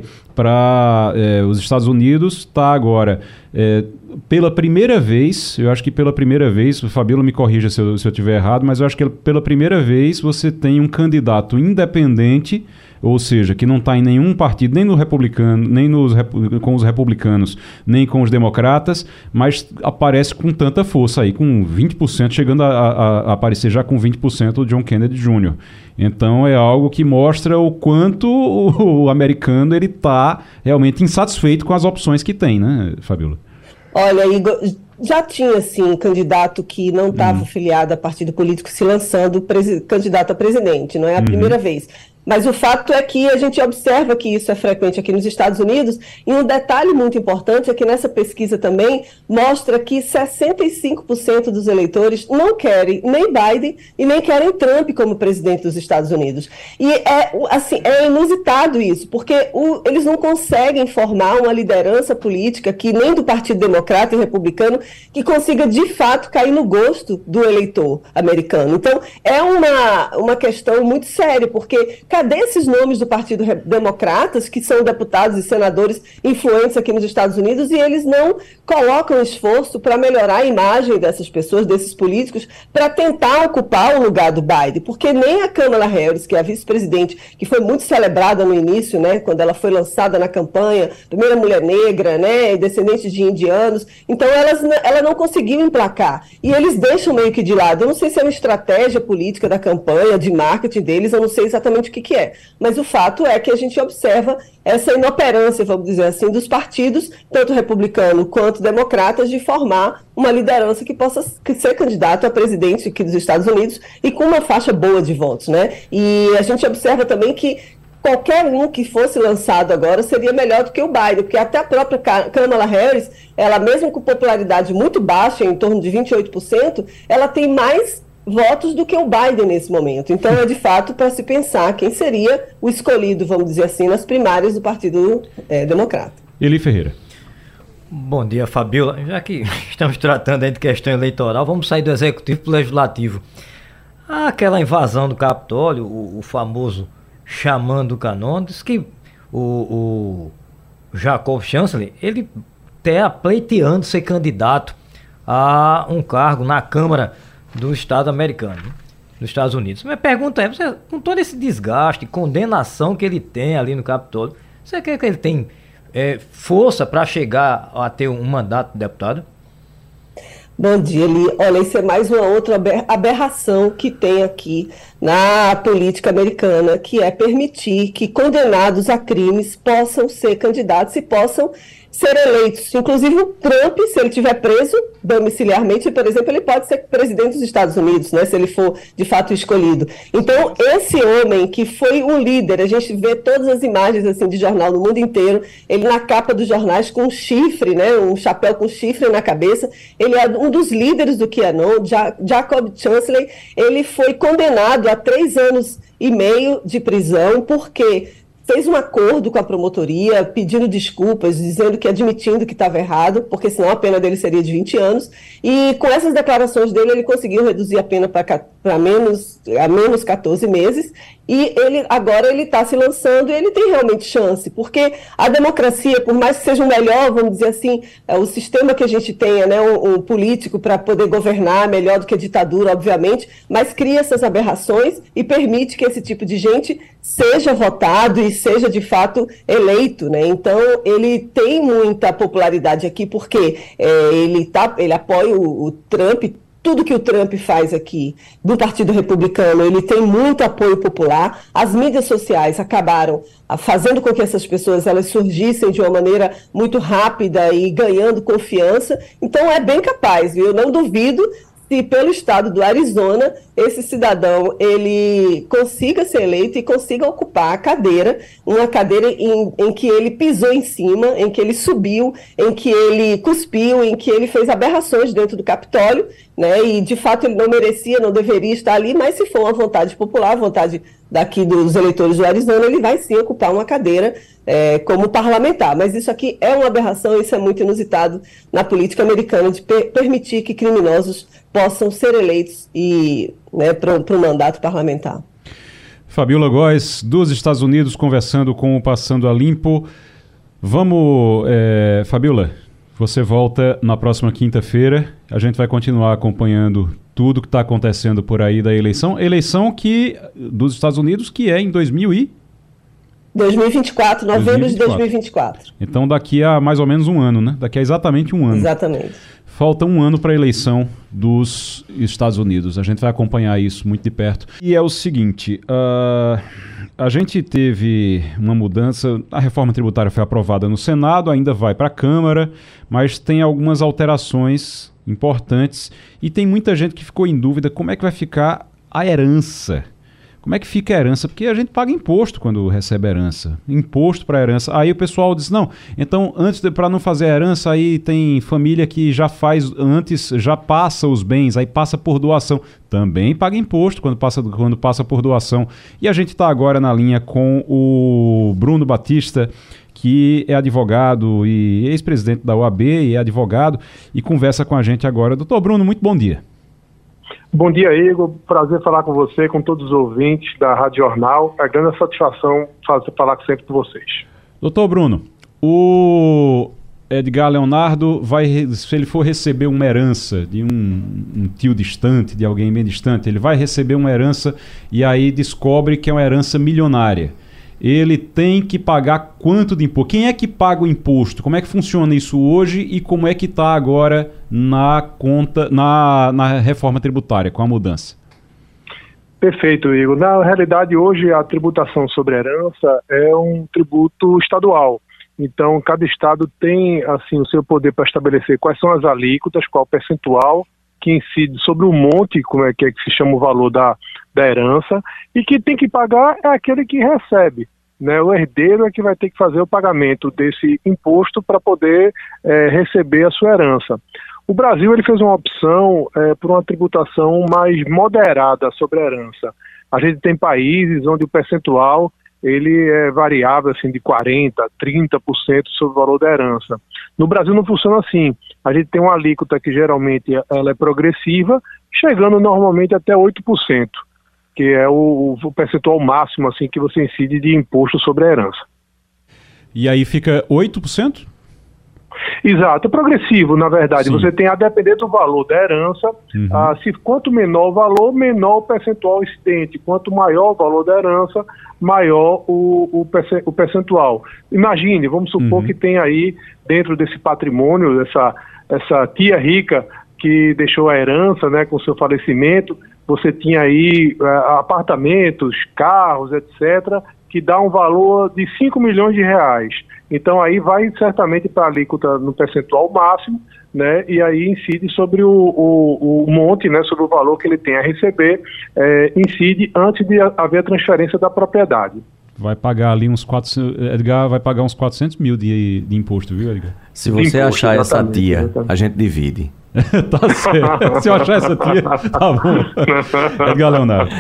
para eh, os Estados Unidos, está agora eh, pela primeira vez, eu acho que pela primeira vez, o Fabíola me corrija se eu, se eu estiver errado, mas eu acho que pela primeira vez você tem um candidato independente, ou seja, que não está em nenhum partido, nem no republicano, nem nos, com os republicanos, nem com os democratas, mas aparece com tanta força aí, com vinte por cento, chegando a, a, a aparecer já com vinte por cento o John Kennedy Júnior Então é algo que mostra o quanto o, o americano ele está realmente insatisfeito com as opções que tem, né, Fabíola? Olha, Igor, já tinha, sim, candidato que não estava uhum. afiliado a partido político se lançando candidato a presidente, não é a uhum. primeira vez. Mas o fato é que a gente observa que isso é frequente aqui nos Estados Unidos, e um detalhe muito importante é que nessa pesquisa também mostra que sessenta e cinco por cento dos eleitores não querem nem Biden e nem querem Trump como presidente dos Estados Unidos. E é, assim, é inusitado isso, porque o, eles não conseguem formar uma liderança política, que nem do Partido Democrata e Republicano, que consiga de fato cair no gosto do eleitor americano. Então é uma, uma questão muito séria, porque cadê esses nomes do Partido Democratas, que são deputados e senadores influentes aqui nos Estados Unidos, e eles não colocam esforço para melhorar a imagem dessas pessoas, desses políticos, para tentar ocupar o lugar do Biden? Porque nem a Kamala Harris, que é a vice-presidente, que foi muito celebrada no início, né, quando ela foi lançada na campanha, primeira mulher negra, né, descendente de indianos, então elas, ela não conseguiu emplacar. E eles deixam meio que de lado. Eu não sei se é uma estratégia política da campanha, de marketing deles, eu não sei exatamente o que que, que é. Mas o fato é que a gente observa essa inoperância, vamos dizer assim, dos partidos, tanto republicano quanto democratas, de formar uma liderança que possa ser candidato a presidente aqui dos Estados Unidos e com uma faixa boa de votos, né? E a gente observa também que qualquer um que fosse lançado agora seria melhor do que o Biden, porque até a própria Kamala Harris, ela mesmo com popularidade muito baixa, em torno de vinte e oito por cento, ela tem mais votos do que o Biden nesse momento. Então é de fato para se pensar quem seria o escolhido, vamos dizer assim, nas primárias do Partido é, Democrata. Eli Ferreira. Bom dia, Fabiola. Já que estamos tratando aí de questão eleitoral, vamos sair do Executivo para o Legislativo. Aquela invasão do Capitólio, o, o famoso chamando o canon, diz que o, o Jacob Chancellier, ele está pleiteando ser candidato a um cargo na Câmara do Estado americano, dos Estados Unidos. Minha pergunta é, você, com todo esse desgaste, condenação que ele tem ali no Capitólio, você quer que ele tem é, força para chegar a ter um mandato de deputado? Bom dia, Eli. Olha, isso é mais uma outra aberração que tem aqui na política americana, que é permitir que condenados a crimes possam ser candidatos e possam ser eleitos. Inclusive o Trump, se ele estiver preso domiciliarmente, por exemplo, ele pode ser presidente dos Estados Unidos, né, se ele for de fato escolhido. Então, esse homem que foi um líder, a gente vê todas as imagens assim de jornal no mundo inteiro, ele na capa dos jornais com um chifre, né, um chapéu com chifre na cabeça, ele é um dos líderes do QAnon, Jacob Chancellier, ele foi condenado a três anos e meio de prisão, porque fez um acordo com a promotoria, pedindo desculpas, dizendo que admitindo que estava errado, porque senão a pena dele seria de vinte anos, e com essas declarações dele ele conseguiu reduzir a pena para menos, a menos catorze meses, e ele, agora ele está se lançando e ele tem realmente chance, porque a democracia, por mais que seja o melhor, vamos dizer assim, é, o sistema que a gente tenha, né, um, um político para poder governar melhor do que a ditadura, obviamente, mas cria essas aberrações e permite que esse tipo de gente seja votado e seja de fato eleito, né? Então ele tem muita popularidade aqui porque é, ele, tá, ele apoia o, o Trump. Tudo que o Trump faz aqui do Partido Republicano, ele tem muito apoio popular. As mídias sociais acabaram fazendo com que essas pessoas elas surgissem de uma maneira muito rápida e ganhando confiança. Então é bem capaz, viu? Eu não duvido se pelo estado do Arizona esse cidadão ele consiga ser eleito e consiga ocupar a cadeira, uma cadeira em, em que ele pisou em cima, em que ele subiu, em que ele cuspiu, em que ele fez aberrações dentro do Capitólio, né? E de fato ele não merecia, não deveria estar ali, mas se for uma vontade popular, a vontade daqui dos eleitores do Arizona, ele vai sim ocupar uma cadeira é, como parlamentar. Mas isso aqui é uma aberração, isso é muito inusitado na política americana, de per- permitir que criminosos possam ser eleitos e, né, para o mandato parlamentar. Fabiola Góes, dos Estados Unidos, conversando com o Passando a Limpo. Vamos, é, Fabiola, você volta na próxima quinta-feira. A gente vai continuar acompanhando tudo que está acontecendo por aí da eleição. Eleição que, dos Estados Unidos, que é em dois mil e... dois mil e vinte e quatro, novembro de dois mil e vinte e quatro. Então daqui a mais ou menos um ano, né? Daqui a exatamente um ano. Exatamente. Falta um ano para a eleição dos Estados Unidos. A gente vai acompanhar isso muito de perto. E é o seguinte, uh, a gente teve uma mudança, a reforma tributária foi aprovada no Senado, ainda vai para a Câmara, mas tem algumas alterações importantes e tem muita gente que ficou em dúvida como é que vai ficar a herança. Como é que fica a herança? Porque a gente paga imposto quando recebe herança. Imposto para herança. Aí o pessoal diz, não, então antes para não fazer a herança, aí tem família que já faz, antes já passa os bens, aí passa por doação. Também paga imposto quando passa, quando passa por doação. E a gente está agora na linha com o Bruno Batista, que é advogado e ex-presidente da O A B e é advogado, e conversa com a gente agora. Doutor Bruno, muito bom dia. Bom dia, Igor. Prazer falar com você, com todos os ouvintes da Rádio Jornal. É grande satisfação fazer, falar sempre com vocês. Doutor Bruno, o Edgar Leonardo, vai, se ele for receber uma herança de um, um tio distante, de alguém bem distante, ele vai receber uma herança e aí descobre que é uma herança milionária. Ele tem que pagar quanto de imposto? Quem é que paga o imposto? Como é que funciona isso hoje e como é que está agora na conta, na, na reforma tributária, com a mudança? Perfeito, Igor. Na realidade, hoje a tributação sobre herança é um tributo estadual. Então, cada estado tem assim o seu poder para estabelecer quais são as alíquotas, qual o percentual que incide sobre o monte, como é que, é que se chama o valor da, da herança, e que tem que pagar é aquele que recebe. Né? O herdeiro é que vai ter que fazer o pagamento desse imposto para poder é, receber a sua herança. O Brasil ele fez uma opção é, por uma tributação mais moderada sobre a herança. A gente tem países onde o percentual ele é variável assim, de quarenta por cento, trinta por cento sobre o valor da herança. No Brasil não funciona assim. A gente tem uma alíquota que geralmente ela é progressiva, chegando normalmente até oito por cento, que é o, o percentual máximo assim, que você incide de imposto sobre a herança. E aí fica oito por cento? Exato, é progressivo, na verdade. Sim. Você tem a depender do valor da herança, uhum. ah, se quanto menor o valor, menor o percentual incidente. Quanto maior o valor da herança, maior o, o, o percentual. Imagine, vamos supor uhum. que tem aí, dentro desse patrimônio, essa, essa tia rica que deixou a herança, né, com seu falecimento, você tinha aí uh, apartamentos, carros, etcétera, que dá um valor de cinco milhões de reais. Então aí vai certamente para a alíquota no percentual máximo, né, e aí incide sobre o, o, o monte, né, sobre o valor que ele tem a receber, é, incide antes de haver a transferência da propriedade. Vai pagar ali uns quatrocentos, Edgar vai pagar uns quatrocentos mil de, de imposto, viu, Edgar? Se você imposto, achar essa tia, exatamente. A gente divide. Tá certo. Se eu achar essa tia, tá bom. Edgar Leonardo.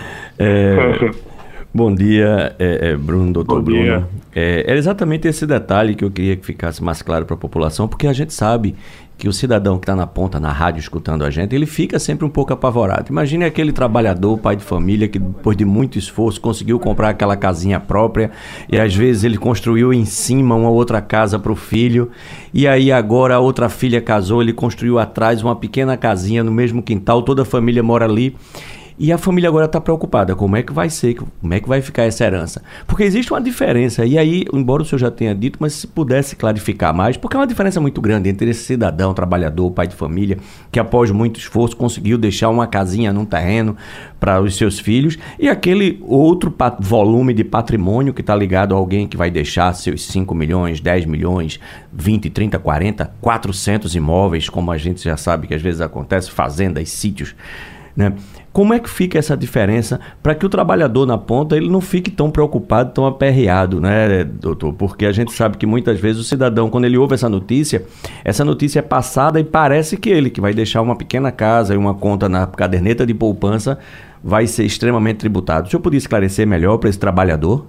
É... Bom dia, é, é, Bruno, doutor Bom Bruno. dia. É, é exatamente esse detalhe que eu queria que ficasse mais claro para a população, porque a gente sabe que o cidadão que está na ponta, na rádio, escutando a gente, ele fica sempre um pouco apavorado. Imagine aquele trabalhador, pai de família, que depois de muito esforço conseguiu comprar aquela casinha própria e às vezes ele construiu em cima uma outra casa para o filho e aí agora a outra filha casou, ele construiu atrás uma pequena casinha no mesmo quintal, toda a família mora ali. E a família agora está preocupada, como é que vai ser, como é que vai ficar essa herança? Porque existe uma diferença, e aí, embora o senhor já tenha dito, mas se pudesse clarificar mais, porque é uma diferença muito grande entre esse cidadão, trabalhador, pai de família, que após muito esforço conseguiu deixar uma casinha num terreno para os seus filhos, e aquele outro pat- volume de patrimônio que está ligado a alguém que vai deixar seus cinco milhões, dez milhões, vinte, trinta, quarenta, quatrocentos imóveis, como a gente já sabe que às vezes acontece, fazendas, sítios, né? Como é que fica essa diferença para que o trabalhador na ponta ele não fique tão preocupado, tão aperreado, né, doutor? Porque a gente sabe que muitas vezes o cidadão, quando ele ouve essa notícia, essa notícia é passada e parece que ele, que vai deixar uma pequena casa e uma conta na caderneta de poupança, vai ser extremamente tributado. O senhor podia esclarecer melhor para esse trabalhador?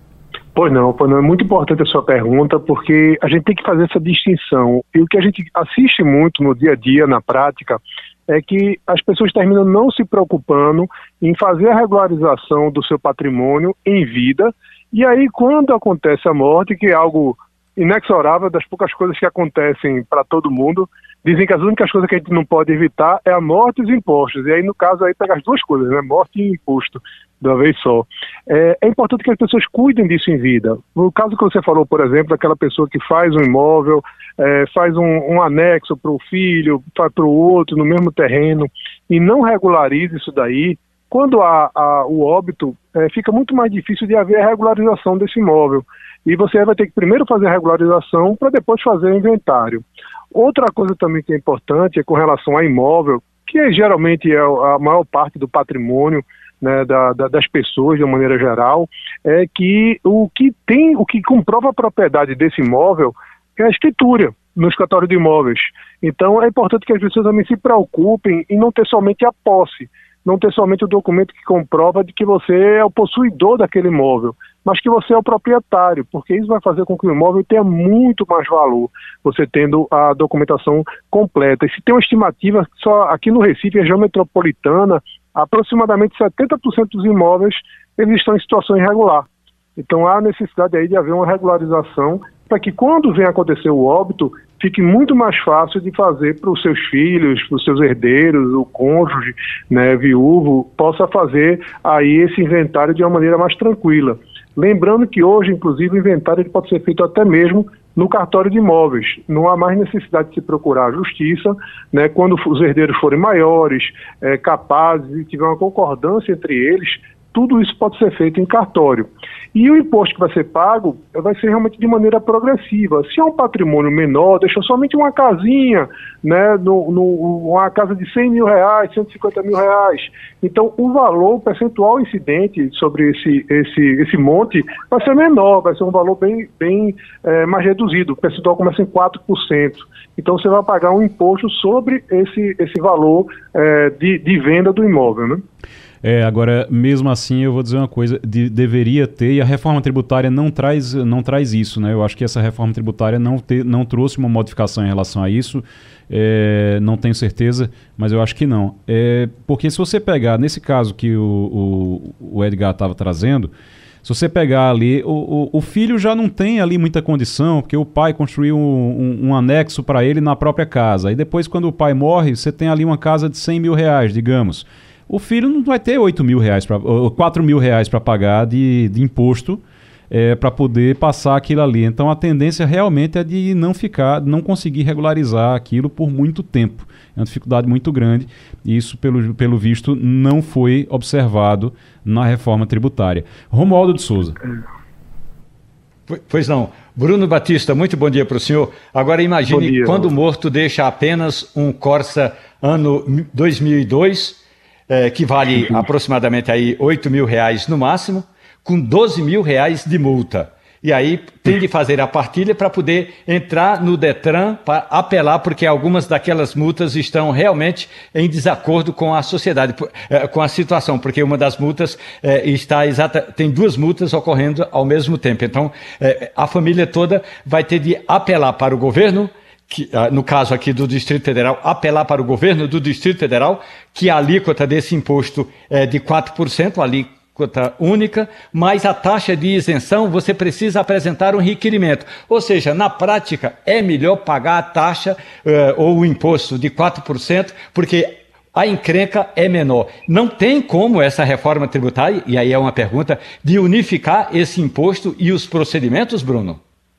Pois não, pois não, é muito importante a sua pergunta, porque a gente tem que fazer essa distinção. E o que a gente assiste muito no dia a dia, na prática, é que as pessoas terminam não se preocupando em fazer a regularização do seu patrimônio em vida, e aí quando acontece a morte, que é algo inexorável, das poucas coisas que acontecem para todo mundo, dizem que as únicas coisas que a gente não pode evitar é a morte e os impostos, e aí no caso aí pega as duas coisas, né, morte e imposto, de uma vez só. É, é importante que as pessoas cuidem disso em vida. No caso que você falou, por exemplo, daquela pessoa que faz um imóvel, é, faz um, um anexo para o filho, faz para o outro, no mesmo terreno, e não regulariza isso daí, quando há, há o óbito, é, fica muito mais difícil de haver a regularização desse imóvel. E você vai ter que primeiro fazer a regularização para depois fazer o inventário. Outra coisa também que é importante é com relação a imóvel, que geralmente é a maior parte do patrimônio, né, da, da, das pessoas de uma maneira geral, é que o que tem, o que comprova a propriedade desse imóvel é a escritura no escritório de imóveis. Então é importante que as pessoas também se preocupem em não ter somente a posse, não ter somente o documento que comprova de que você é o possuidor daquele imóvel, mas que você é o proprietário, porque isso vai fazer com que o imóvel tenha muito mais valor, você tendo a documentação completa. E se tem uma estimativa, só aqui no Recife, região metropolitana, aproximadamente setenta por cento dos imóveis eles estão em situação irregular. Então há necessidade aí de haver uma regularização para que quando vem acontecer o óbito, fique muito mais fácil de fazer para os seus filhos, para os seus herdeiros, o cônjuge, né, viúvo, possa fazer aí esse inventário de uma maneira mais tranquila. Lembrando que hoje, inclusive, o inventário ele pode ser feito até mesmo no cartório de imóveis. Não há mais necessidade de se procurar a justiça, né, quando os herdeiros forem maiores, é, capazes e tiver uma concordância entre eles, tudo isso pode ser feito em cartório. E o imposto que vai ser pago vai ser realmente de maneira progressiva. Se é um patrimônio menor, deixa somente uma casinha, né, no, no, uma casa de cem mil reais, cento e cinquenta mil reais. Então, o valor, o percentual incidente sobre esse, esse, esse monte vai ser menor, vai ser um valor bem, bem é, mais reduzido. O percentual começa em quatro por cento. Então, você vai pagar um imposto sobre esse, esse valor é, de, de venda do imóvel, né? É, agora, mesmo assim, eu vou dizer uma coisa, de, deveria ter, e a reforma tributária não traz, não traz isso, né? Eu acho que essa reforma tributária não, te, não trouxe uma modificação em relação a isso, é, não tenho certeza, mas eu acho que não. É, porque se você pegar, nesse caso que o, o, o Edgar estava trazendo, se você pegar ali, o, o, o filho já não tem ali muita condição, porque o pai construiu um, um, um anexo para ele na própria casa. Aí depois, quando o pai morre, você tem ali uma casa de cem mil reais, digamos. O filho não vai ter oito mil reais, pra, ou quatro mil reais para pagar de, de imposto é, para poder passar aquilo ali. Então a tendência realmente é de não ficar, não conseguir regularizar aquilo por muito tempo. É uma dificuldade muito grande e isso, pelo, pelo visto, não foi observado na reforma tributária. Romualdo de Souza. Pois não. Bruno Batista, muito bom dia para o senhor. Agora imagine quando o morto deixa apenas um Corsa ano dois mil e dois... É, que vale aproximadamente aí oito mil reais no máximo, com doze mil reais de multa. E aí tem de fazer a partilha para poder entrar no Detran para apelar, porque algumas daquelas multas estão realmente em desacordo com a sociedade, com a situação, porque uma das multas é, está exata, tem duas multas ocorrendo ao mesmo tempo. Então, é, a família toda vai ter de apelar para o governo, que, no caso aqui do Distrito Federal, apelar para o governo do Distrito Federal, que a alíquota desse imposto é de quatro por cento, a alíquota única, mas a taxa de isenção você precisa apresentar um requerimento. Ou seja, na prática, é melhor pagar a taxa uh, ou o imposto de quatro por cento, porque a encrenca é menor. Não tem como essa reforma tributária, e aí é uma pergunta, de unificar esse imposto e os procedimentos, Bruno?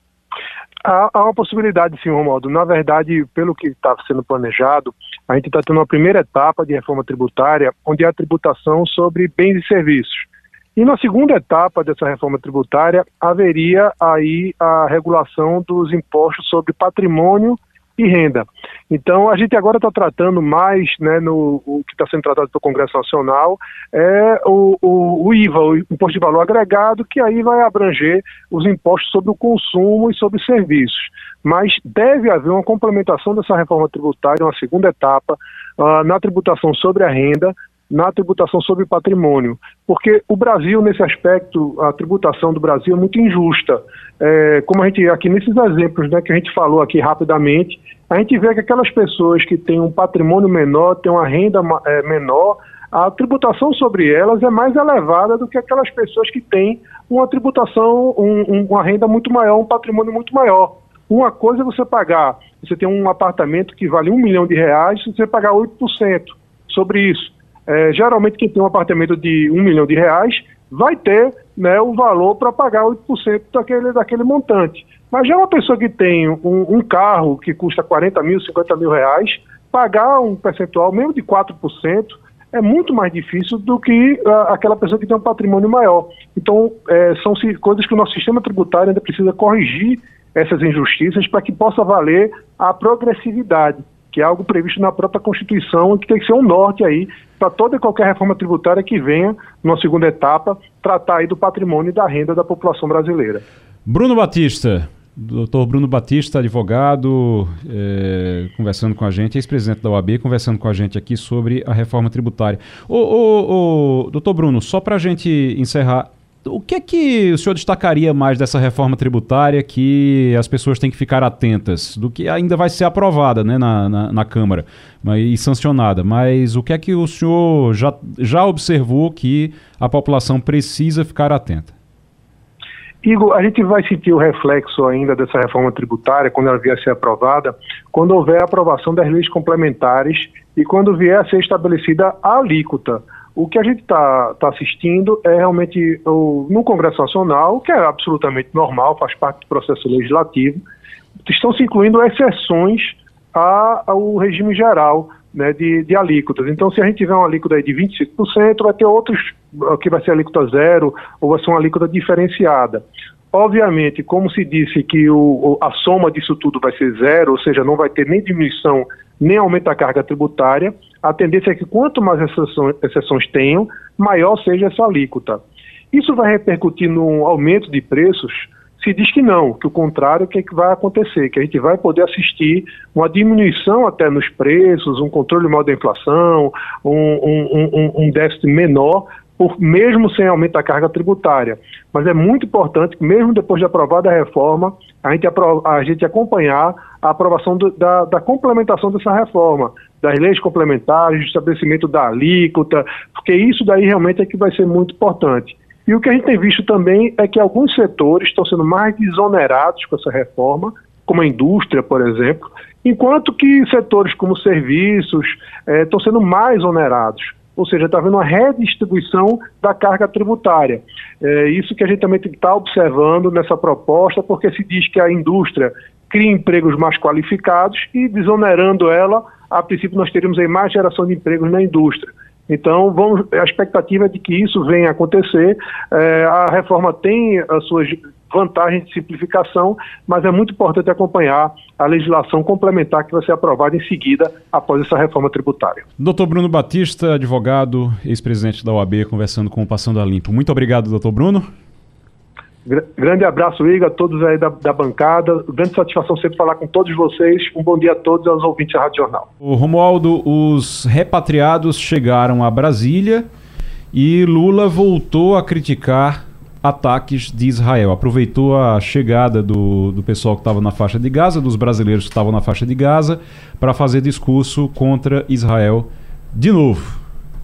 Há, há uma possibilidade, sim, Romualdo. Na verdade, pelo que está sendo planejado, a gente está tendo uma primeira etapa de reforma tributária, onde há a tributação sobre bens e serviços. E na segunda etapa dessa reforma tributária, haveria aí a regulação dos impostos sobre patrimônio e renda. Então, a gente agora está tratando mais, né, no o que está sendo tratado pelo Congresso Nacional, é o, o, o I V A, o Imposto de Valor Agregado, que aí vai abranger os impostos sobre o consumo e sobre serviços. Mas deve haver uma complementação dessa reforma tributária, uma segunda etapa, uh, na tributação sobre a renda, na tributação sobre patrimônio, porque o Brasil, nesse aspecto, a tributação do Brasil é muito injusta. É, como a gente, aqui nesses exemplos, né, que a gente falou aqui rapidamente, a gente vê que aquelas pessoas que têm um patrimônio menor, têm uma renda é, menor, a tributação sobre elas é mais elevada do que aquelas pessoas que têm uma tributação, um, uma renda muito maior, um patrimônio muito maior. Uma coisa é você pagar, você tem um apartamento que vale um milhão de reais, você pagar oito por cento sobre isso. É, geralmente quem tem um apartamento de um milhão de reais vai ter, né, o valor para pagar oito por cento daquele, daquele montante. Mas já uma pessoa que tem um, um carro que custa quarenta mil, cinquenta mil reais, pagar um percentual mesmo de quatro por cento é muito mais difícil do que uh, aquela pessoa que tem um patrimônio maior. Então, é, são coisas que o nosso sistema tributário ainda precisa corrigir essas injustiças para que possa valer a progressividade, que é algo previsto na própria Constituição e que tem que ser um norte aí para toda e qualquer reforma tributária que venha, numa segunda etapa, tratar aí do patrimônio e da renda da população brasileira. Bruno Batista, doutor Bruno Batista, advogado, é, conversando com a gente, ex-presidente da O A B, conversando com a gente aqui sobre a reforma tributária. Ô, ô, ô, doutor Bruno, só para a gente encerrar, o que é que o senhor destacaria mais dessa reforma tributária que as pessoas têm que ficar atentas, do que ainda vai ser aprovada, né, na, na, na Câmara mas, e sancionada, mas o que é que o senhor já, já observou que a população precisa ficar atenta? Igor, a gente vai sentir o reflexo ainda dessa reforma tributária, quando ela vier a ser aprovada, quando houver a aprovação das leis complementares e quando vier a ser estabelecida a alíquota. O que a gente está tá assistindo é realmente o, no Congresso Nacional, que é absolutamente normal, faz parte do processo legislativo, estão se incluindo exceções a, ao regime geral, né, de, de alíquotas. Então, se a gente tiver uma alíquota aí de vinte e cinco por cento, vai ter outros que vai ser alíquota zero ou vai ser uma alíquota diferenciada. Obviamente, como se disse que o, a soma disso tudo vai ser zero, ou seja, não vai ter nem diminuição nem aumento da carga tributária, a tendência é que quanto mais exceções, exceções tenham, maior seja essa alíquota. Isso vai repercutir no aumento de preços? Se diz que não, que o contrário que, é que vai acontecer, que a gente vai poder assistir uma diminuição até nos preços, um controle maior da inflação, um, um, um, um déficit menor, por, mesmo sem aumento da carga tributária. Mas é muito importante que, mesmo depois de aprovada a reforma, a gente, aprova, a gente acompanhar a aprovação do, da, da complementação dessa reforma, das leis complementares, do estabelecimento da alíquota, porque isso daí realmente é que vai ser muito importante. E o que a gente tem visto também é que alguns setores estão sendo mais desonerados com essa reforma, como a indústria, por exemplo, enquanto que setores como serviços eh, estão sendo mais onerados. Ou seja, está havendo uma redistribuição da carga tributária. É isso que a gente também tem que estar observando nessa proposta, porque se diz que a indústria cria empregos mais qualificados e, desonerando ela, a princípio nós teríamos aí mais geração de empregos na indústria. Então, vamos, a expectativa é de que isso venha a acontecer. É, a reforma tem as suas vantagens de simplificação, mas é muito importante acompanhar a legislação complementar que vai ser aprovada em seguida após essa reforma tributária. doutor Bruno Batista, advogado, ex-presidente da O A B, conversando com o Passando a Limpo. Muito obrigado, doutor Bruno. Grande abraço, Igor, a todos aí da, da bancada. Grande satisfação sempre falar com todos vocês. Um bom dia a todos e aos ouvintes da Rádio Jornal. O Romualdo, os repatriados chegaram a Brasília e Lula voltou a criticar ataques de Israel. Aproveitou a chegada do, do pessoal que estava na faixa de Gaza, dos brasileiros que estavam na faixa de Gaza, para fazer discurso contra Israel de novo.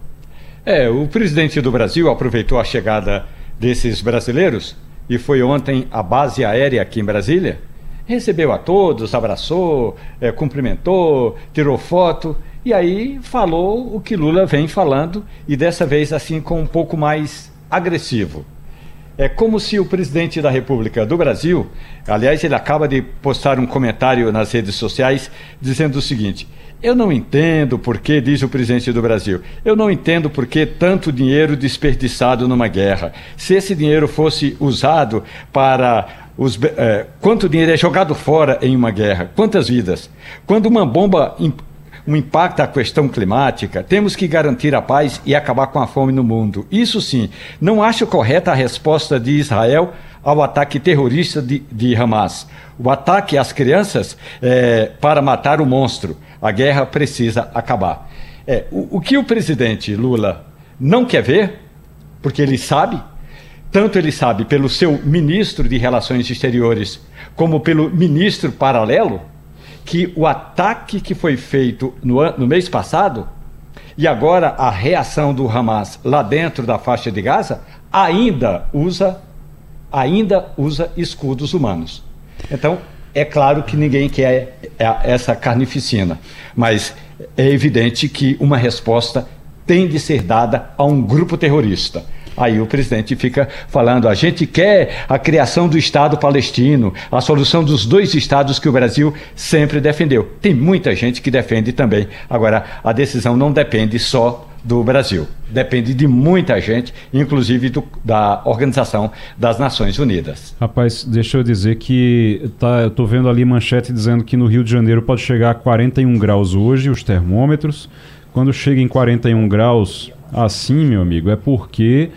É, o presidente do Brasil aproveitou a chegada desses brasileiros e foi ontem à base aérea aqui em Brasília, recebeu a todos, abraçou, é, cumprimentou, tirou foto e aí falou o que Lula vem falando e dessa vez assim com um pouco mais agressivo. É como se o presidente da República do Brasil, aliás, ele acaba de postar um comentário nas redes sociais dizendo o seguinte: eu não entendo por que, diz o presidente do Brasil, eu não entendo por que tanto dinheiro desperdiçado numa guerra. Se esse dinheiro fosse usado para... Os, é, quanto dinheiro é jogado fora em uma guerra? Quantas vidas? Quando uma bomba um impacta a questão climática, temos que garantir a paz e acabar com a fome no mundo. Isso sim, não acho correta a resposta de Israel ao ataque terrorista de, de Hamas. O ataque às crianças é, para matar o monstro. A guerra precisa acabar. É, o, o que o presidente Lula não quer ver, porque ele sabe, tanto ele sabe pelo seu ministro de Relações Exteriores, como pelo ministro paralelo, que o ataque que foi feito no, no mês passado e agora a reação do Hamas lá dentro da faixa de Gaza ainda usa, ainda usa escudos humanos. Então, é claro que ninguém quer essa carnificina, mas é evidente que uma resposta tem de ser dada a um grupo terrorista. Aí o presidente fica falando, a gente quer a criação do Estado palestino, a solução dos dois estados que o Brasil sempre defendeu. Tem muita gente que defende também. Agora, a decisão não depende só do Brasil, depende de muita gente, inclusive do, da Organização das Nações Unidas. Rapaz, deixa eu dizer que tá, eu estou vendo ali manchete dizendo que no Rio de Janeiro pode chegar a quarenta e um graus hoje, os termômetros. Quando chega em quarenta e um graus assim, meu amigo, é porque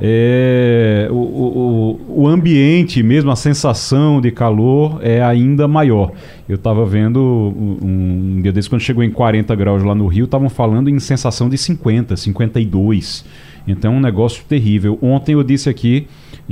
é, o, o, o ambiente mesmo, a sensação de calor é ainda maior. Eu estava vendo um, um dia desse, quando chegou em quarenta graus lá no Rio, estavam falando em sensação de cinquenta, cinquenta e dois. Então é um negócio terrível. Ontem eu disse aqui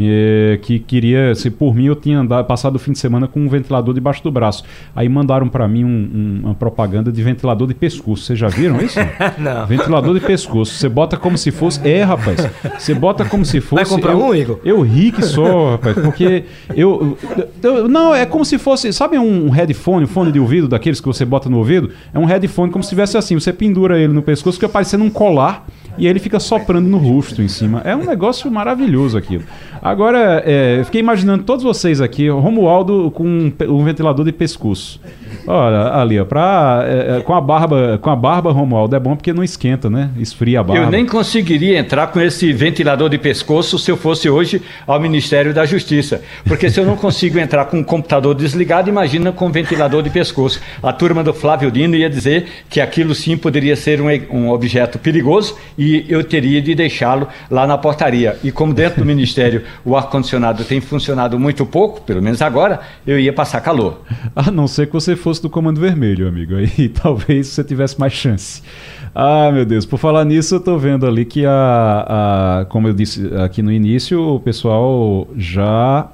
é, que queria, se por mim eu tinha andado, passado o fim de semana com um ventilador debaixo do braço. Aí mandaram para mim um, um, uma propaganda de ventilador de pescoço. Vocês já viram isso? Não. Ventilador de pescoço. Você bota como se fosse... É, rapaz. Você bota como se fosse... Vai comprar eu, um, Igor? Eu ri que só, rapaz. Porque eu, eu... Não, é como se fosse... Sabe um headphone, um fone de ouvido daqueles que você bota no ouvido? É um headphone como se tivesse assim. Você pendura ele no pescoço, fica parecendo um colar e ele fica soprando no rosto em cima. É um negócio maravilhoso aquilo. Agora, é, eu fiquei imaginando todos vocês aqui, o Romualdo com um, um ventilador de pescoço. Olha, ali, ó, pra, é, com a barba, com a barba, Romualdo, é bom porque não esquenta, né? Esfria a barba. Eu nem conseguiria entrar com esse ventilador de pescoço se eu fosse hoje ao Ministério da Justiça. Porque se eu não consigo entrar com o computador desligado, imagina com um ventilador de pescoço. A turma do Flávio Dino ia dizer que aquilo sim poderia ser um, um objeto perigoso e eu teria de deixá-lo lá na portaria. E como dentro do Ministério o ar-condicionado tem funcionado muito pouco, pelo menos agora, eu ia passar calor. A não ser que você fosse do Comando Vermelho, amigo. Aí talvez você tivesse mais chance. Ah, meu Deus. Por falar nisso, eu tô vendo ali que, a, a, como eu disse aqui no início, o pessoal já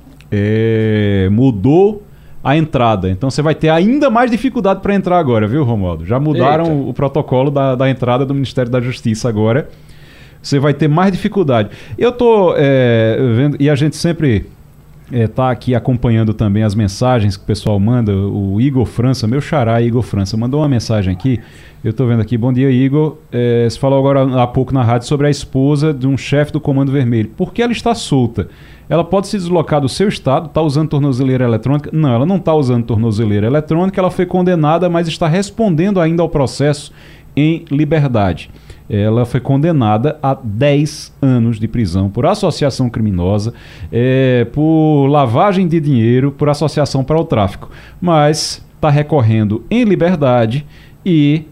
é, mudou a entrada. Então você vai ter ainda mais dificuldade para entrar agora, viu, Romualdo? Já mudaram Eita. o protocolo da, da entrada do Ministério da Justiça agora. Você vai ter mais dificuldade. Eu tô é, vendo, e a gente sempre está é, aqui acompanhando também as mensagens que o pessoal manda. O Igor França, meu xará Igor França, mandou uma mensagem aqui. Eu estou vendo aqui. Bom dia, Igor. É, você falou agora há pouco na rádio sobre a esposa de um chefe do Comando Vermelho. Por que ela está solta? Ela pode se deslocar do seu estado, está usando tornozeleira eletrônica? Não, ela não está usando tornozeleira eletrônica, ela foi condenada, mas está respondendo ainda ao processo em liberdade. Ela foi condenada a dez anos de prisão por associação criminosa, é, por lavagem de dinheiro, por associação para o tráfico. Mas está recorrendo em liberdade e,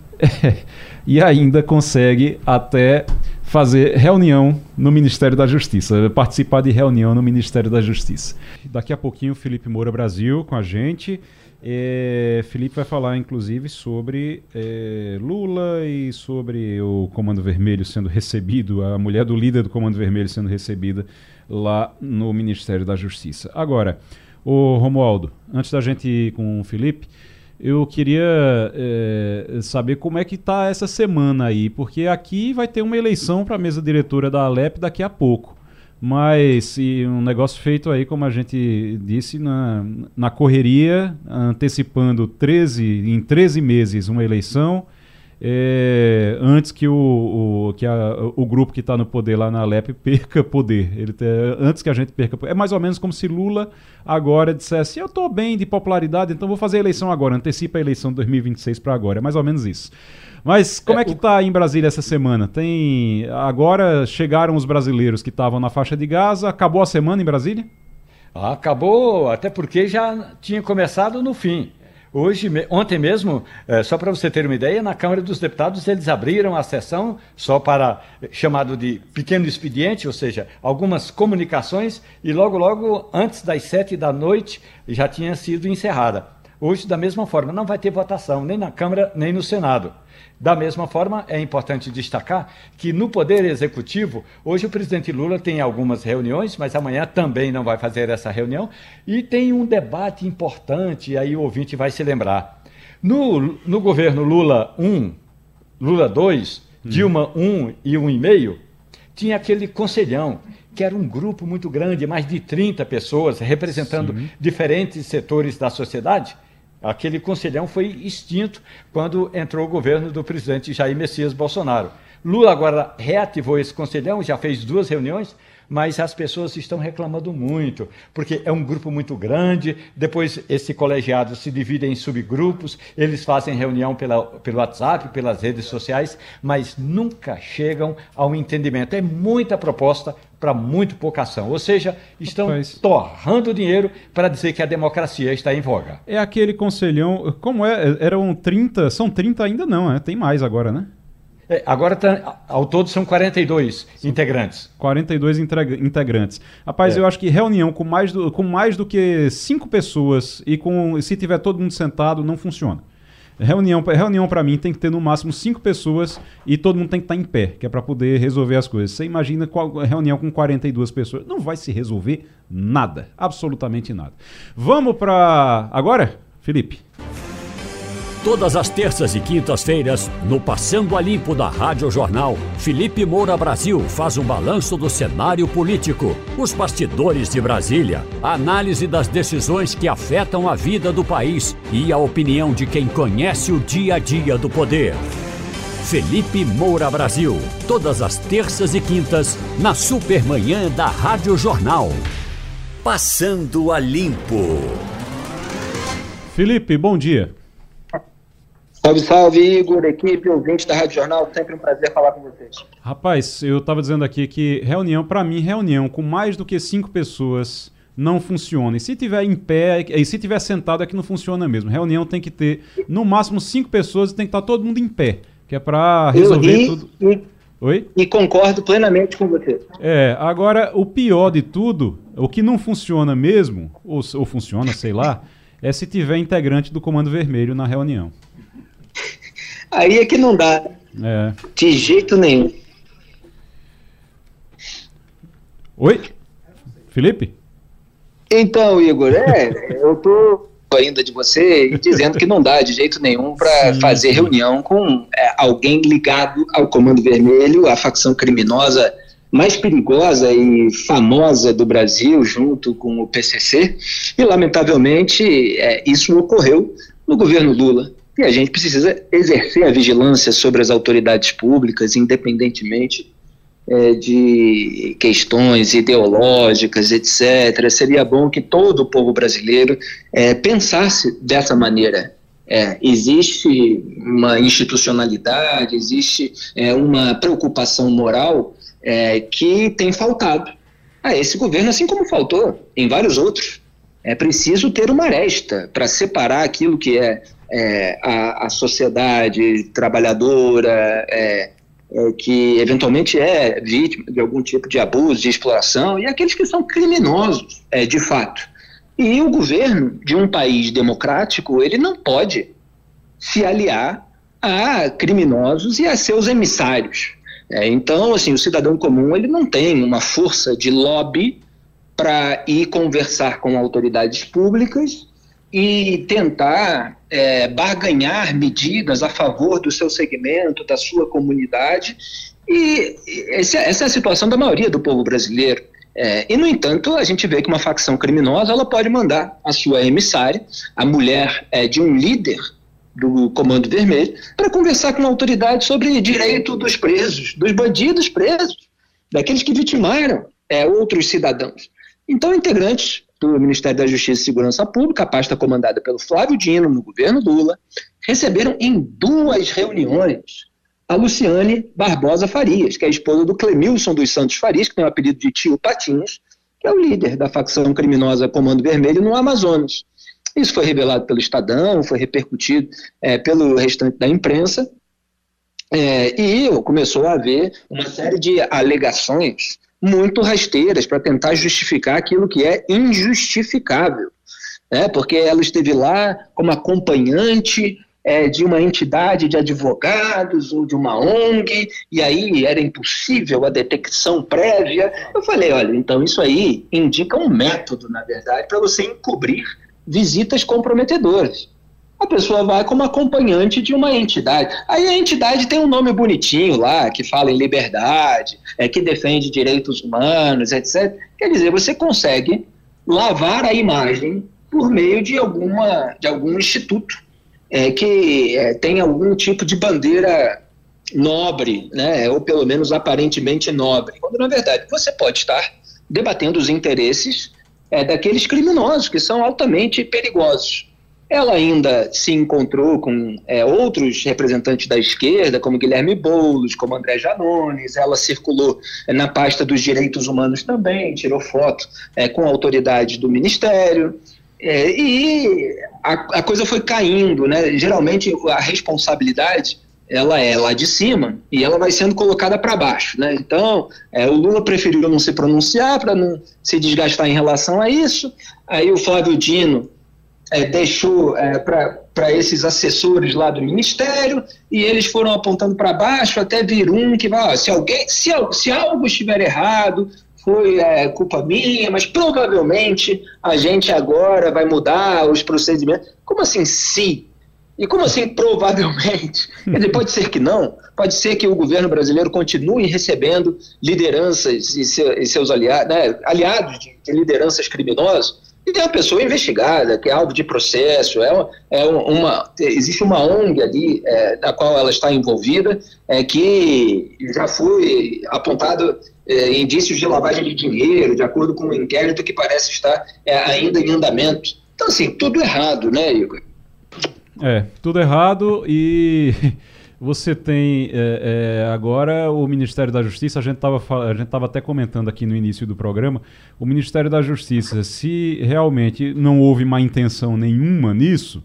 e ainda consegue até fazer reunião no Ministério da Justiça, participar de reunião no Ministério da Justiça. Daqui a pouquinho o Felipe Moura Brasil com a gente. É, Felipe vai falar inclusive sobre é, Lula e sobre o Comando Vermelho sendo recebido, a mulher do líder do Comando Vermelho sendo recebida lá no Ministério da Justiça. Agora, o Romualdo, antes da gente ir com o Felipe, eu queria é, saber como é que está essa semana aí, porque aqui vai ter uma eleição para a mesa diretora da Alep daqui a pouco. Mas e um negócio feito aí, como a gente disse, na, na correria, antecipando treze, em treze meses uma eleição, é, antes que, o, o, que a, o grupo que está no poder lá na Alep perca poder. Ele te, antes que a gente perca poder. É mais ou menos como se Lula agora dissesse, eu estou bem de popularidade, então vou fazer a eleição agora, antecipa a eleição de dois mil e vinte e seis para agora. É mais ou menos isso. Mas como é, é que está em Brasília essa semana? Tem agora chegaram os brasileiros que estavam na faixa de Gaza. Acabou a semana em Brasília? Acabou, até porque já tinha começado no fim. Hoje, ontem mesmo, é, só para você ter uma ideia, na Câmara dos Deputados eles abriram a sessão só para chamado de pequeno expediente, ou seja, algumas comunicações, e logo, logo, antes das sete da noite, já tinha sido encerrada. Hoje, da mesma forma, não vai ter votação, nem na Câmara, nem no Senado. Da mesma forma, é importante destacar que no Poder Executivo, hoje o presidente Lula tem algumas reuniões, mas amanhã também não vai fazer essa reunião, e tem um debate importante, aí o ouvinte vai se lembrar. No, no governo Lula um, Lula dois, hum. Dilma um e um e meio, tinha aquele conselhão, que era um grupo muito grande, mais de trinta pessoas, representando Sim. diferentes setores da sociedade. Aquele conselhão foi extinto quando entrou o governo do presidente Jair Messias Bolsonaro. Lula agora reativou esse conselhão, já fez duas reuniões, mas as pessoas estão reclamando muito, porque é um grupo muito grande, depois esse colegiado se divide em subgrupos, eles fazem reunião pela, pelo WhatsApp, pelas redes sociais, mas nunca chegam ao entendimento. É muita proposta para muito pouca ação, ou seja, estão Rapaz. torrando dinheiro para dizer que a democracia está em voga. É aquele conselhão, como é? Eram trinta, são trinta ainda não, né? Tem mais agora, né? É, agora, tá, ao todo, são quarenta e dois são integrantes. quarenta e dois integrantes. Rapaz, é. eu acho que reunião com mais, do, com mais do que cinco pessoas e com, se tiver todo mundo sentado, não funciona. Reunião, reunião para mim tem que ter no máximo cinco pessoas e todo mundo tem que estar em pé, que é para poder resolver as coisas. Você imagina qual, reunião com quarenta e duas pessoas. Não vai se resolver nada, absolutamente nada. Vamos para agora, Felipe? Todas as terças e quintas-feiras, no Passando a Limpo da Rádio Jornal, Felipe Moura Brasil faz um balanço do cenário político, os bastidores de Brasília, a análise das decisões que afetam a vida do país e a opinião de quem conhece o dia a dia do poder. Felipe Moura Brasil, todas as terças e quintas, na Supermanhã da Rádio Jornal. Passando a Limpo. Felipe, bom dia. Salve, salve, Igor, equipe, ouvinte da Rádio Jornal, sempre um prazer falar com vocês. Rapaz, eu estava dizendo aqui que reunião, para mim, reunião com mais do que cinco pessoas não funciona. E se tiver em pé, e se tiver sentado é que não funciona mesmo. Reunião tem que ter, no máximo, cinco pessoas e tem que estar todo mundo em pé, que é para resolver e, tudo. E, Oi? E concordo plenamente com você. É, agora, o pior de tudo, o que não funciona mesmo, ou, ou funciona, sei lá, é se tiver integrante do Comando Vermelho na reunião. Aí é que não dá. É. De jeito nenhum. Oi? Felipe? Então, Igor, é, eu tô ainda de você e dizendo que não dá de jeito nenhum para fazer reunião com é, alguém ligado ao Comando Vermelho, a facção criminosa mais perigosa e famosa do Brasil, junto com o P C C, e lamentavelmente é, isso ocorreu no governo Lula. E a gente precisa exercer a vigilância sobre as autoridades públicas, independentemente é, de questões ideológicas, etcétera. Seria bom que todo o povo brasileiro é, pensasse dessa maneira. É, existe uma institucionalidade, existe é, uma preocupação moral é, que tem faltado a esse governo, assim como faltou em vários outros. É preciso ter uma aresta para separar aquilo que é É, a, a sociedade trabalhadora, é, é, que eventualmente é vítima de algum tipo de abuso, de exploração, e aqueles que são criminosos, é, de fato. E o governo de um país democrático, ele não pode se aliar a criminosos e a seus emissários. É, então, assim, o cidadão comum, ele não tem uma força de lobby para ir conversar com autoridades públicas e tentar é, barganhar medidas a favor do seu segmento, da sua comunidade, e essa, essa é a situação da maioria do povo brasileiro. É, e, no entanto, a gente vê que uma facção criminosa ela pode mandar a sua emissária, a mulher é, de um líder do Comando Vermelho, para conversar com a autoridade sobre direito dos presos, dos bandidos presos, daqueles que vitimaram é, outros cidadãos. Então, integrantes do Ministério da Justiça e Segurança Pública, a pasta comandada pelo Flávio Dino, no governo Lula, receberam em duas reuniões a Luciane Barbosa Farias, que é a esposa do Clemilson dos Santos Farias, que tem o apelido de Tio Patinhas, que é o líder da facção criminosa Comando Vermelho no Amazonas. Isso foi revelado pelo Estadão, foi repercutido é, pelo restante da imprensa, é, e começou a haver uma série de alegações muito rasteiras para tentar justificar aquilo que é injustificável, né? Porque ela esteve lá como acompanhante é, de uma entidade de advogados ou de uma O N G, e aí era impossível a detecção prévia. Eu falei, olha, então isso aí indica um método, na verdade, para você encobrir visitas comprometedoras. A pessoa vai como acompanhante de uma entidade. Aí a entidade tem um nome bonitinho lá, que fala em liberdade, é, que defende direitos humanos, etcétera. Quer dizer, você consegue lavar a imagem por meio de, alguma, de algum instituto é, que é, tem algum tipo de bandeira nobre, né, ou pelo menos aparentemente nobre. Quando, na verdade, você pode estar debatendo os interesses é, daqueles criminosos que são altamente perigosos. Ela ainda se encontrou com é, outros representantes da esquerda, como Guilherme Boulos, como André Janones. Ela circulou é, na pasta dos direitos humanos também, tirou foto é, com autoridades do Ministério. É, e a, a coisa foi caindo, né? Geralmente a responsabilidade ela é lá de cima e ela vai sendo colocada para baixo, né? Então, é, o Lula preferiu não se pronunciar para não se desgastar em relação a isso. Aí o Flávio Dino É, deixou é, para esses assessores lá do Ministério, e eles foram apontando para baixo até vir um que vai, ó, se, alguém, se, se algo estiver errado, foi é, culpa minha, mas provavelmente a gente agora vai mudar os procedimentos. Como assim se? E como assim provavelmente? Quer dizer, pode ser que não, pode ser que o governo brasileiro continue recebendo lideranças e, seu, e seus aliados, né, aliados de, de lideranças criminosas. E é uma pessoa investigada, que é alvo de processo, é uma, é uma, existe uma O N G ali, é, da qual ela está envolvida, é, que já foi apontado é, indícios de lavagem de dinheiro, de acordo com um inquérito que parece estar é, ainda em andamento. Então, assim, tudo errado, né, Igor? É, tudo errado e... Você tem é, é, agora o Ministério da Justiça, a gente estava a gente estava até comentando aqui no início do programa, o Ministério da Justiça, se realmente não houve má intenção nenhuma nisso,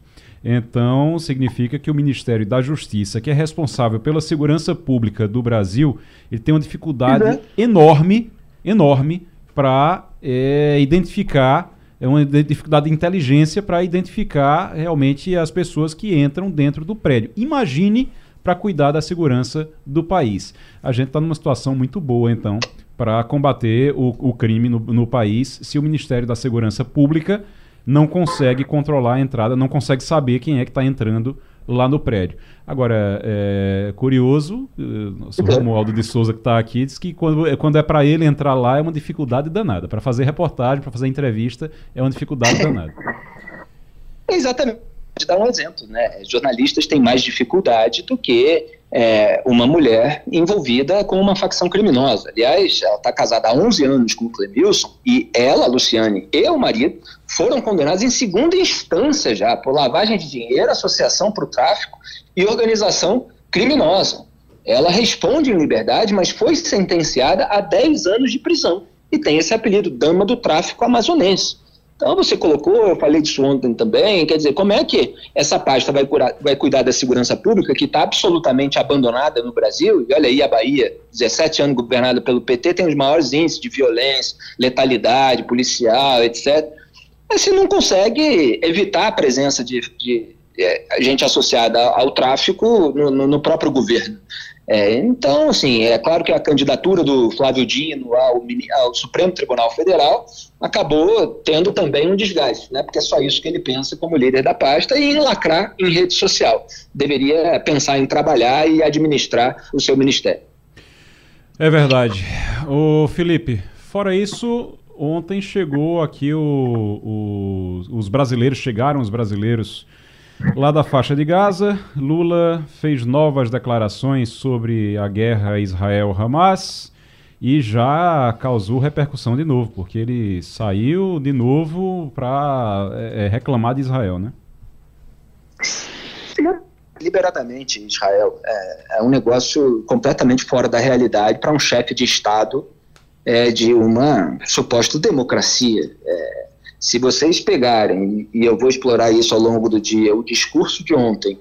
então significa que o Ministério da Justiça, que é responsável pela segurança pública do Brasil, ele tem uma dificuldade uhum. enorme, enorme para é, identificar, é uma dificuldade de inteligência para identificar realmente as pessoas que entram dentro do prédio. Imagine para cuidar da segurança do país. A gente está numa situação muito boa, então, para combater o, o crime no, no país, se o Ministério da Segurança Pública não consegue controlar a entrada, não consegue saber quem é que está entrando lá no prédio. Agora, é curioso, nosso Romualdo de Souza que está aqui, diz que quando, quando é para ele entrar lá é uma dificuldade danada. Para fazer reportagem, para fazer entrevista, é uma dificuldade danada. Exatamente. Vou dar um exemplo, né? Jornalistas têm mais dificuldade do que é, uma mulher envolvida com uma facção criminosa. Aliás, ela está casada há onze anos com o Clemilson e ela, Luciane, e o marido foram condenados em segunda instância já por lavagem de dinheiro, associação para o tráfico e organização criminosa. Ela responde em liberdade, mas foi sentenciada a dez anos de prisão e tem esse apelido, Dama do Tráfico Amazonense. Então você colocou, eu falei disso ontem também, quer dizer, como é que essa pasta vai, curar, vai cuidar da segurança pública que está absolutamente abandonada no Brasil? E olha aí a Bahia, dezessete anos governada pelo P T, tem os maiores índices de violência, letalidade policial, etcétera. Mas se não consegue evitar a presença de, de, de gente associada ao tráfico no, no, no próprio governo. É, então, assim, é claro que a candidatura do Flávio Dino ao, ao Supremo Tribunal Federal acabou tendo também um desgaste, né? Porque é só isso que ele pensa como líder da pasta e em lacrar em rede social. Deveria pensar em trabalhar e administrar o seu ministério. É verdade. Ô Felipe, fora isso, ontem chegou aqui o, o, os brasileiros, chegaram os brasileiros lá da faixa de Gaza. Lula fez novas declarações sobre a guerra Israel-Hamas e já causou repercussão de novo, porque ele saiu de novo para é, reclamar de Israel, né? Liberadamente, Israel é, é um negócio completamente fora da realidade para um chefe de Estado é, de uma suposta democracia. É, Se vocês pegarem, e eu vou explorar isso ao longo do dia, o discurso de ontem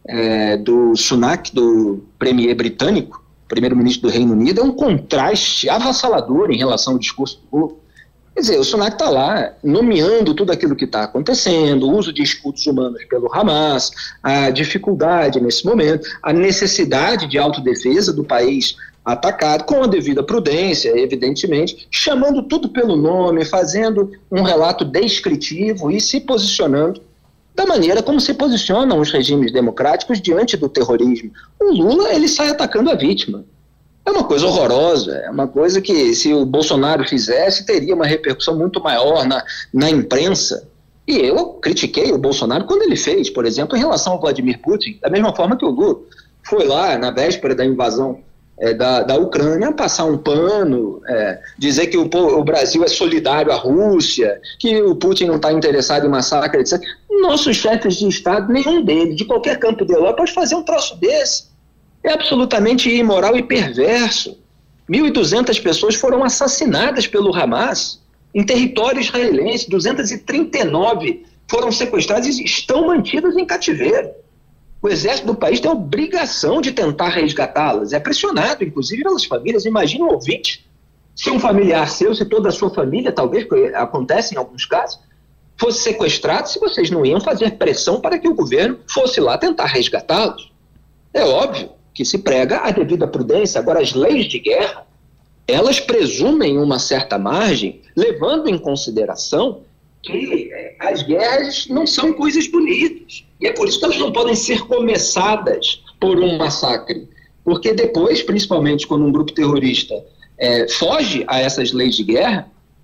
é, do Sunak, do premier britânico, primeiro-ministro do Reino Unido, é um contraste avassalador em relação ao discurso do Lula. Quer dizer, o Sunak está lá nomeando tudo aquilo que está acontecendo, o uso de escudos humanos pelo Hamas, a dificuldade nesse momento, a necessidade de autodefesa do país atacado, com a devida prudência, evidentemente, chamando tudo pelo nome, fazendo um relato descritivo e se posicionando da maneira como se posicionam os regimes democráticos diante do terrorismo. O Lula, ele sai atacando a vítima. É uma coisa horrorosa, é uma coisa que, se o Bolsonaro fizesse, teria uma repercussão muito maior na, na imprensa. E eu critiquei o Bolsonaro quando ele fez, por exemplo, em relação ao Vladimir Putin, da mesma forma que o Lula foi lá na véspera da invasão É, da, da Ucrânia, passar um pano, é, dizer que o, o Brasil é solidário à Rússia, que o Putin não está interessado em massacre, etcétera. Nossos chefes de Estado, nenhum deles, de qualquer campo de Europa, pode fazer um troço desse. É absolutamente imoral e perverso. mil e duzentas pessoas foram assassinadas pelo Hamas em território israelense, duzentas e trinta e nove foram sequestradas e estão mantidas em cativeiro. O exército do país tem a obrigação de tentar resgatá-las. É pressionado, inclusive, pelas famílias. Imagina um ouvinte, se um familiar seu, se toda a sua família, talvez, acontece em alguns casos, fosse sequestrado, se vocês não iam fazer pressão para que o governo fosse lá tentar resgatá-los. É óbvio que se prega a devida prudência. Agora, as leis de guerra, elas presumem uma certa margem, levando em consideração que as guerras não são coisas bonitas. E é por isso que elas não podem ser começadas por um massacre. Porque depois, principalmente quando um grupo terrorista é, foge a essas leis de guerra,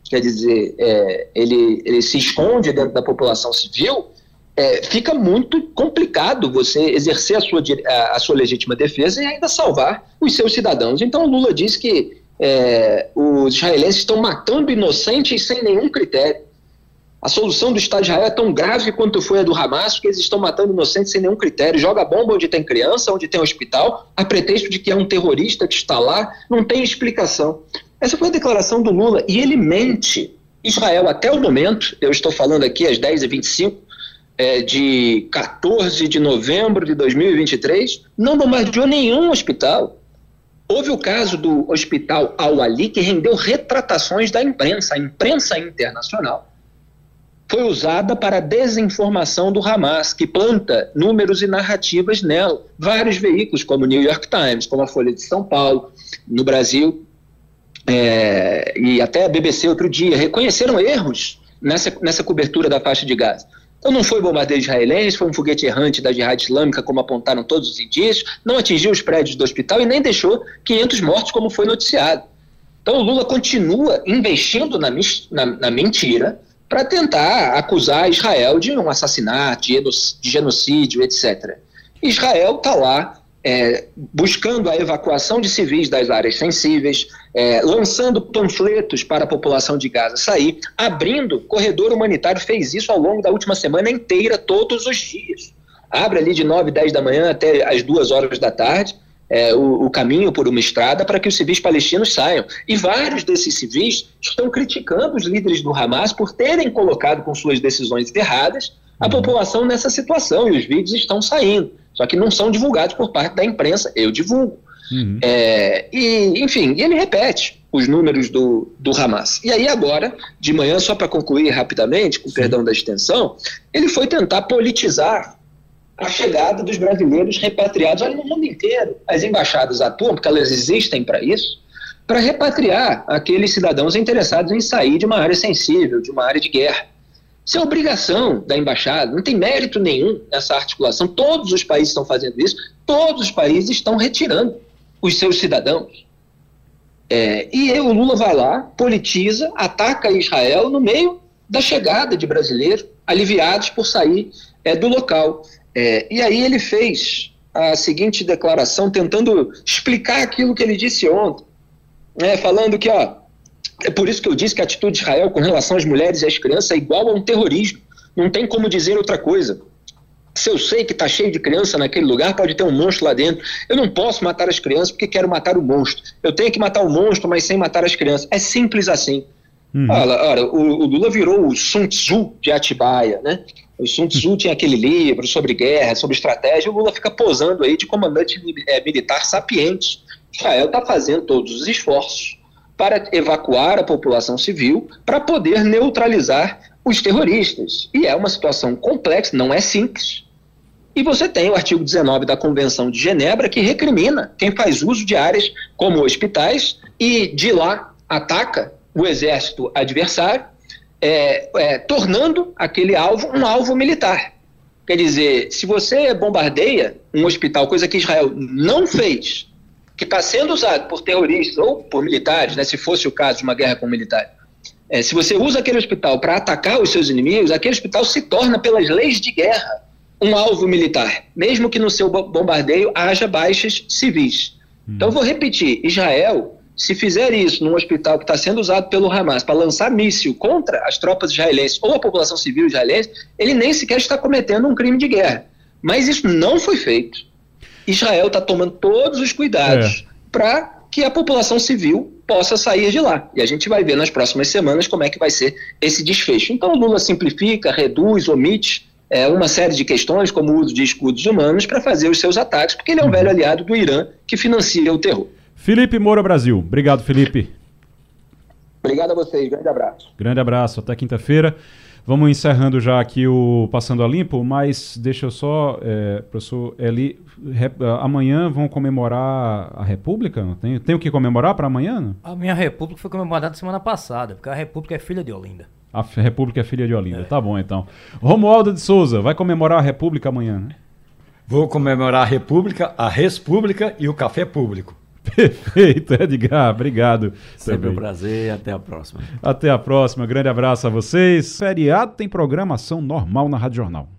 quer dizer, é, ele, ele se esconde dentro da população civil, é, fica muito complicado você exercer a sua, a, a sua legítima defesa e ainda salvar os seus cidadãos. Então o Lula diz que é, os israelenses estão matando inocentes sem nenhum critério. A solução do Estado de Israel é tão grave quanto foi a do Hamas, porque eles estão matando inocentes sem nenhum critério. Joga bomba onde tem criança, onde tem hospital, a pretexto de que é um terrorista que está lá, não tem explicação. Essa foi a declaração do Lula, e ele mente. Israel, até o momento, eu estou falando aqui às dez e vinte e cinco, é, de quatorze de novembro de dois mil e vinte e três, não bombardeou nenhum hospital. Houve o caso do hospital Al-Ali, que rendeu retratações da imprensa. A imprensa internacional foi usada para a desinformação do Hamas, que planta números e narrativas nela. Vários veículos, como o New York Times, como a Folha de São Paulo, no Brasil, é, e até a B B C outro dia, reconheceram erros nessa, nessa cobertura da faixa de Gaza. Então não foi bombardeio israelense, foi um foguete errante da Jihad Islâmica, como apontaram todos os indícios, não atingiu os prédios do hospital e nem deixou quinhentos mortos, como foi noticiado. Então o Lula continua investindo na, na, na mentira, para tentar acusar Israel de um assassinato, de genocídio, etcétera. Israel está lá é, buscando a evacuação de civis das áreas sensíveis, é, lançando panfletos para a população de Gaza sair, abrindo corredor humanitário, fez isso ao longo da última semana inteira, todos os dias. Abre ali de nove, dez da manhã até as duas horas da tarde, É, o, o caminho por uma estrada para que os civis palestinos saiam. E vários desses civis estão criticando os líderes do Hamas por terem colocado com suas decisões erradas a população nessa situação, e os vídeos estão saindo, só que não são divulgados por parte da imprensa. Eu divulgo. Uhum. É, e, enfim, ele repete os números do, do Hamas. E aí agora, de manhã, só para concluir rapidamente, com Sim. perdão da extensão, ele foi tentar politizar a chegada dos brasileiros repatriados. Olha, no mundo inteiro as embaixadas atuam, porque elas existem para isso, para repatriar aqueles cidadãos interessados em sair de uma área sensível, de uma área de guerra. Isso é obrigação da embaixada, não tem mérito nenhum nessa articulação. Todos os países estão fazendo isso, todos os países estão retirando os seus cidadãos. É, e o Lula vai lá, politiza, ataca Israel no meio da chegada de brasileiros aliviados por sair é, do local. É, e aí ele fez a seguinte declaração, tentando explicar aquilo que ele disse ontem, né, falando que, ó, é por isso que eu disse que a atitude de Israel com relação às mulheres e às crianças é igual a um terrorismo, não tem como dizer outra coisa. Se eu sei que está cheio de criança naquele lugar, pode ter um monstro lá dentro, eu não posso matar as crianças porque quero matar o monstro, eu tenho que matar o monstro, mas sem matar as crianças. É simples assim. Uhum. Olha, olha o, o Lula virou o Sun Tzu de Atibaia, né? O Sun Tzu tinha aquele livro sobre guerra, sobre estratégia, o Lula fica posando aí de comandante é, militar sapiente. Israel está fazendo todos os esforços para evacuar a população civil, para poder neutralizar os terroristas. E é uma situação complexa, não é simples. E você tem o artigo dezenove da Convenção de Genebra, que recrimina quem faz uso de áreas como hospitais e de lá ataca o exército adversário, É, é, tornando aquele alvo um alvo militar. Quer dizer, se você bombardeia um hospital, coisa que Israel não fez, que está sendo usado por terroristas ou por militares, né, se fosse o caso de uma guerra com militares, é, se você usa aquele hospital para atacar os seus inimigos, aquele hospital se torna, pelas leis de guerra, um alvo militar, mesmo que no seu bombardeio haja baixas civis. Hum. Então, vou repetir, Israel, se fizer isso num hospital que está sendo usado pelo Hamas para lançar míssil contra as tropas israelenses ou a população civil israelense, ele nem sequer está cometendo um crime de guerra. Mas isso não foi feito. Israel está tomando todos os cuidados é. para que a população civil possa sair de lá. E a gente vai ver nas próximas semanas como é que vai ser esse desfecho. Então o Lula simplifica, reduz, omite é, uma série de questões, como o uso de escudos humanos, para fazer os seus ataques, porque ele é um velho aliado do Irã que financia o terror. Felipe Moura Brasil. Obrigado, Felipe. Obrigado a vocês. Grande abraço. Grande abraço. Até quinta-feira. Vamos encerrando já aqui o Passando a Limpo, mas deixa eu só, é, professor Eli, rep, amanhã vão comemorar a República? Tem, tem o que comemorar para amanhã? A minha República foi comemorada semana passada, porque a República é filha de Olinda. A República é filha de Olinda. É. Tá bom, então. Romualdo de Souza, vai comemorar a República amanhã, né? Vou comemorar a República, a Res Pública e o Café Público. Perfeito, Edgar, obrigado. Sempre também. um prazer, até a próxima. Até a próxima, grande abraço a vocês. Feriado tem programação normal na Rádio Jornal.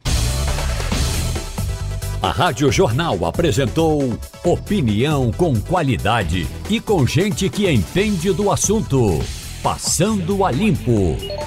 A Rádio Jornal apresentou opinião com qualidade e com gente que entende do assunto. Passando a Limpo.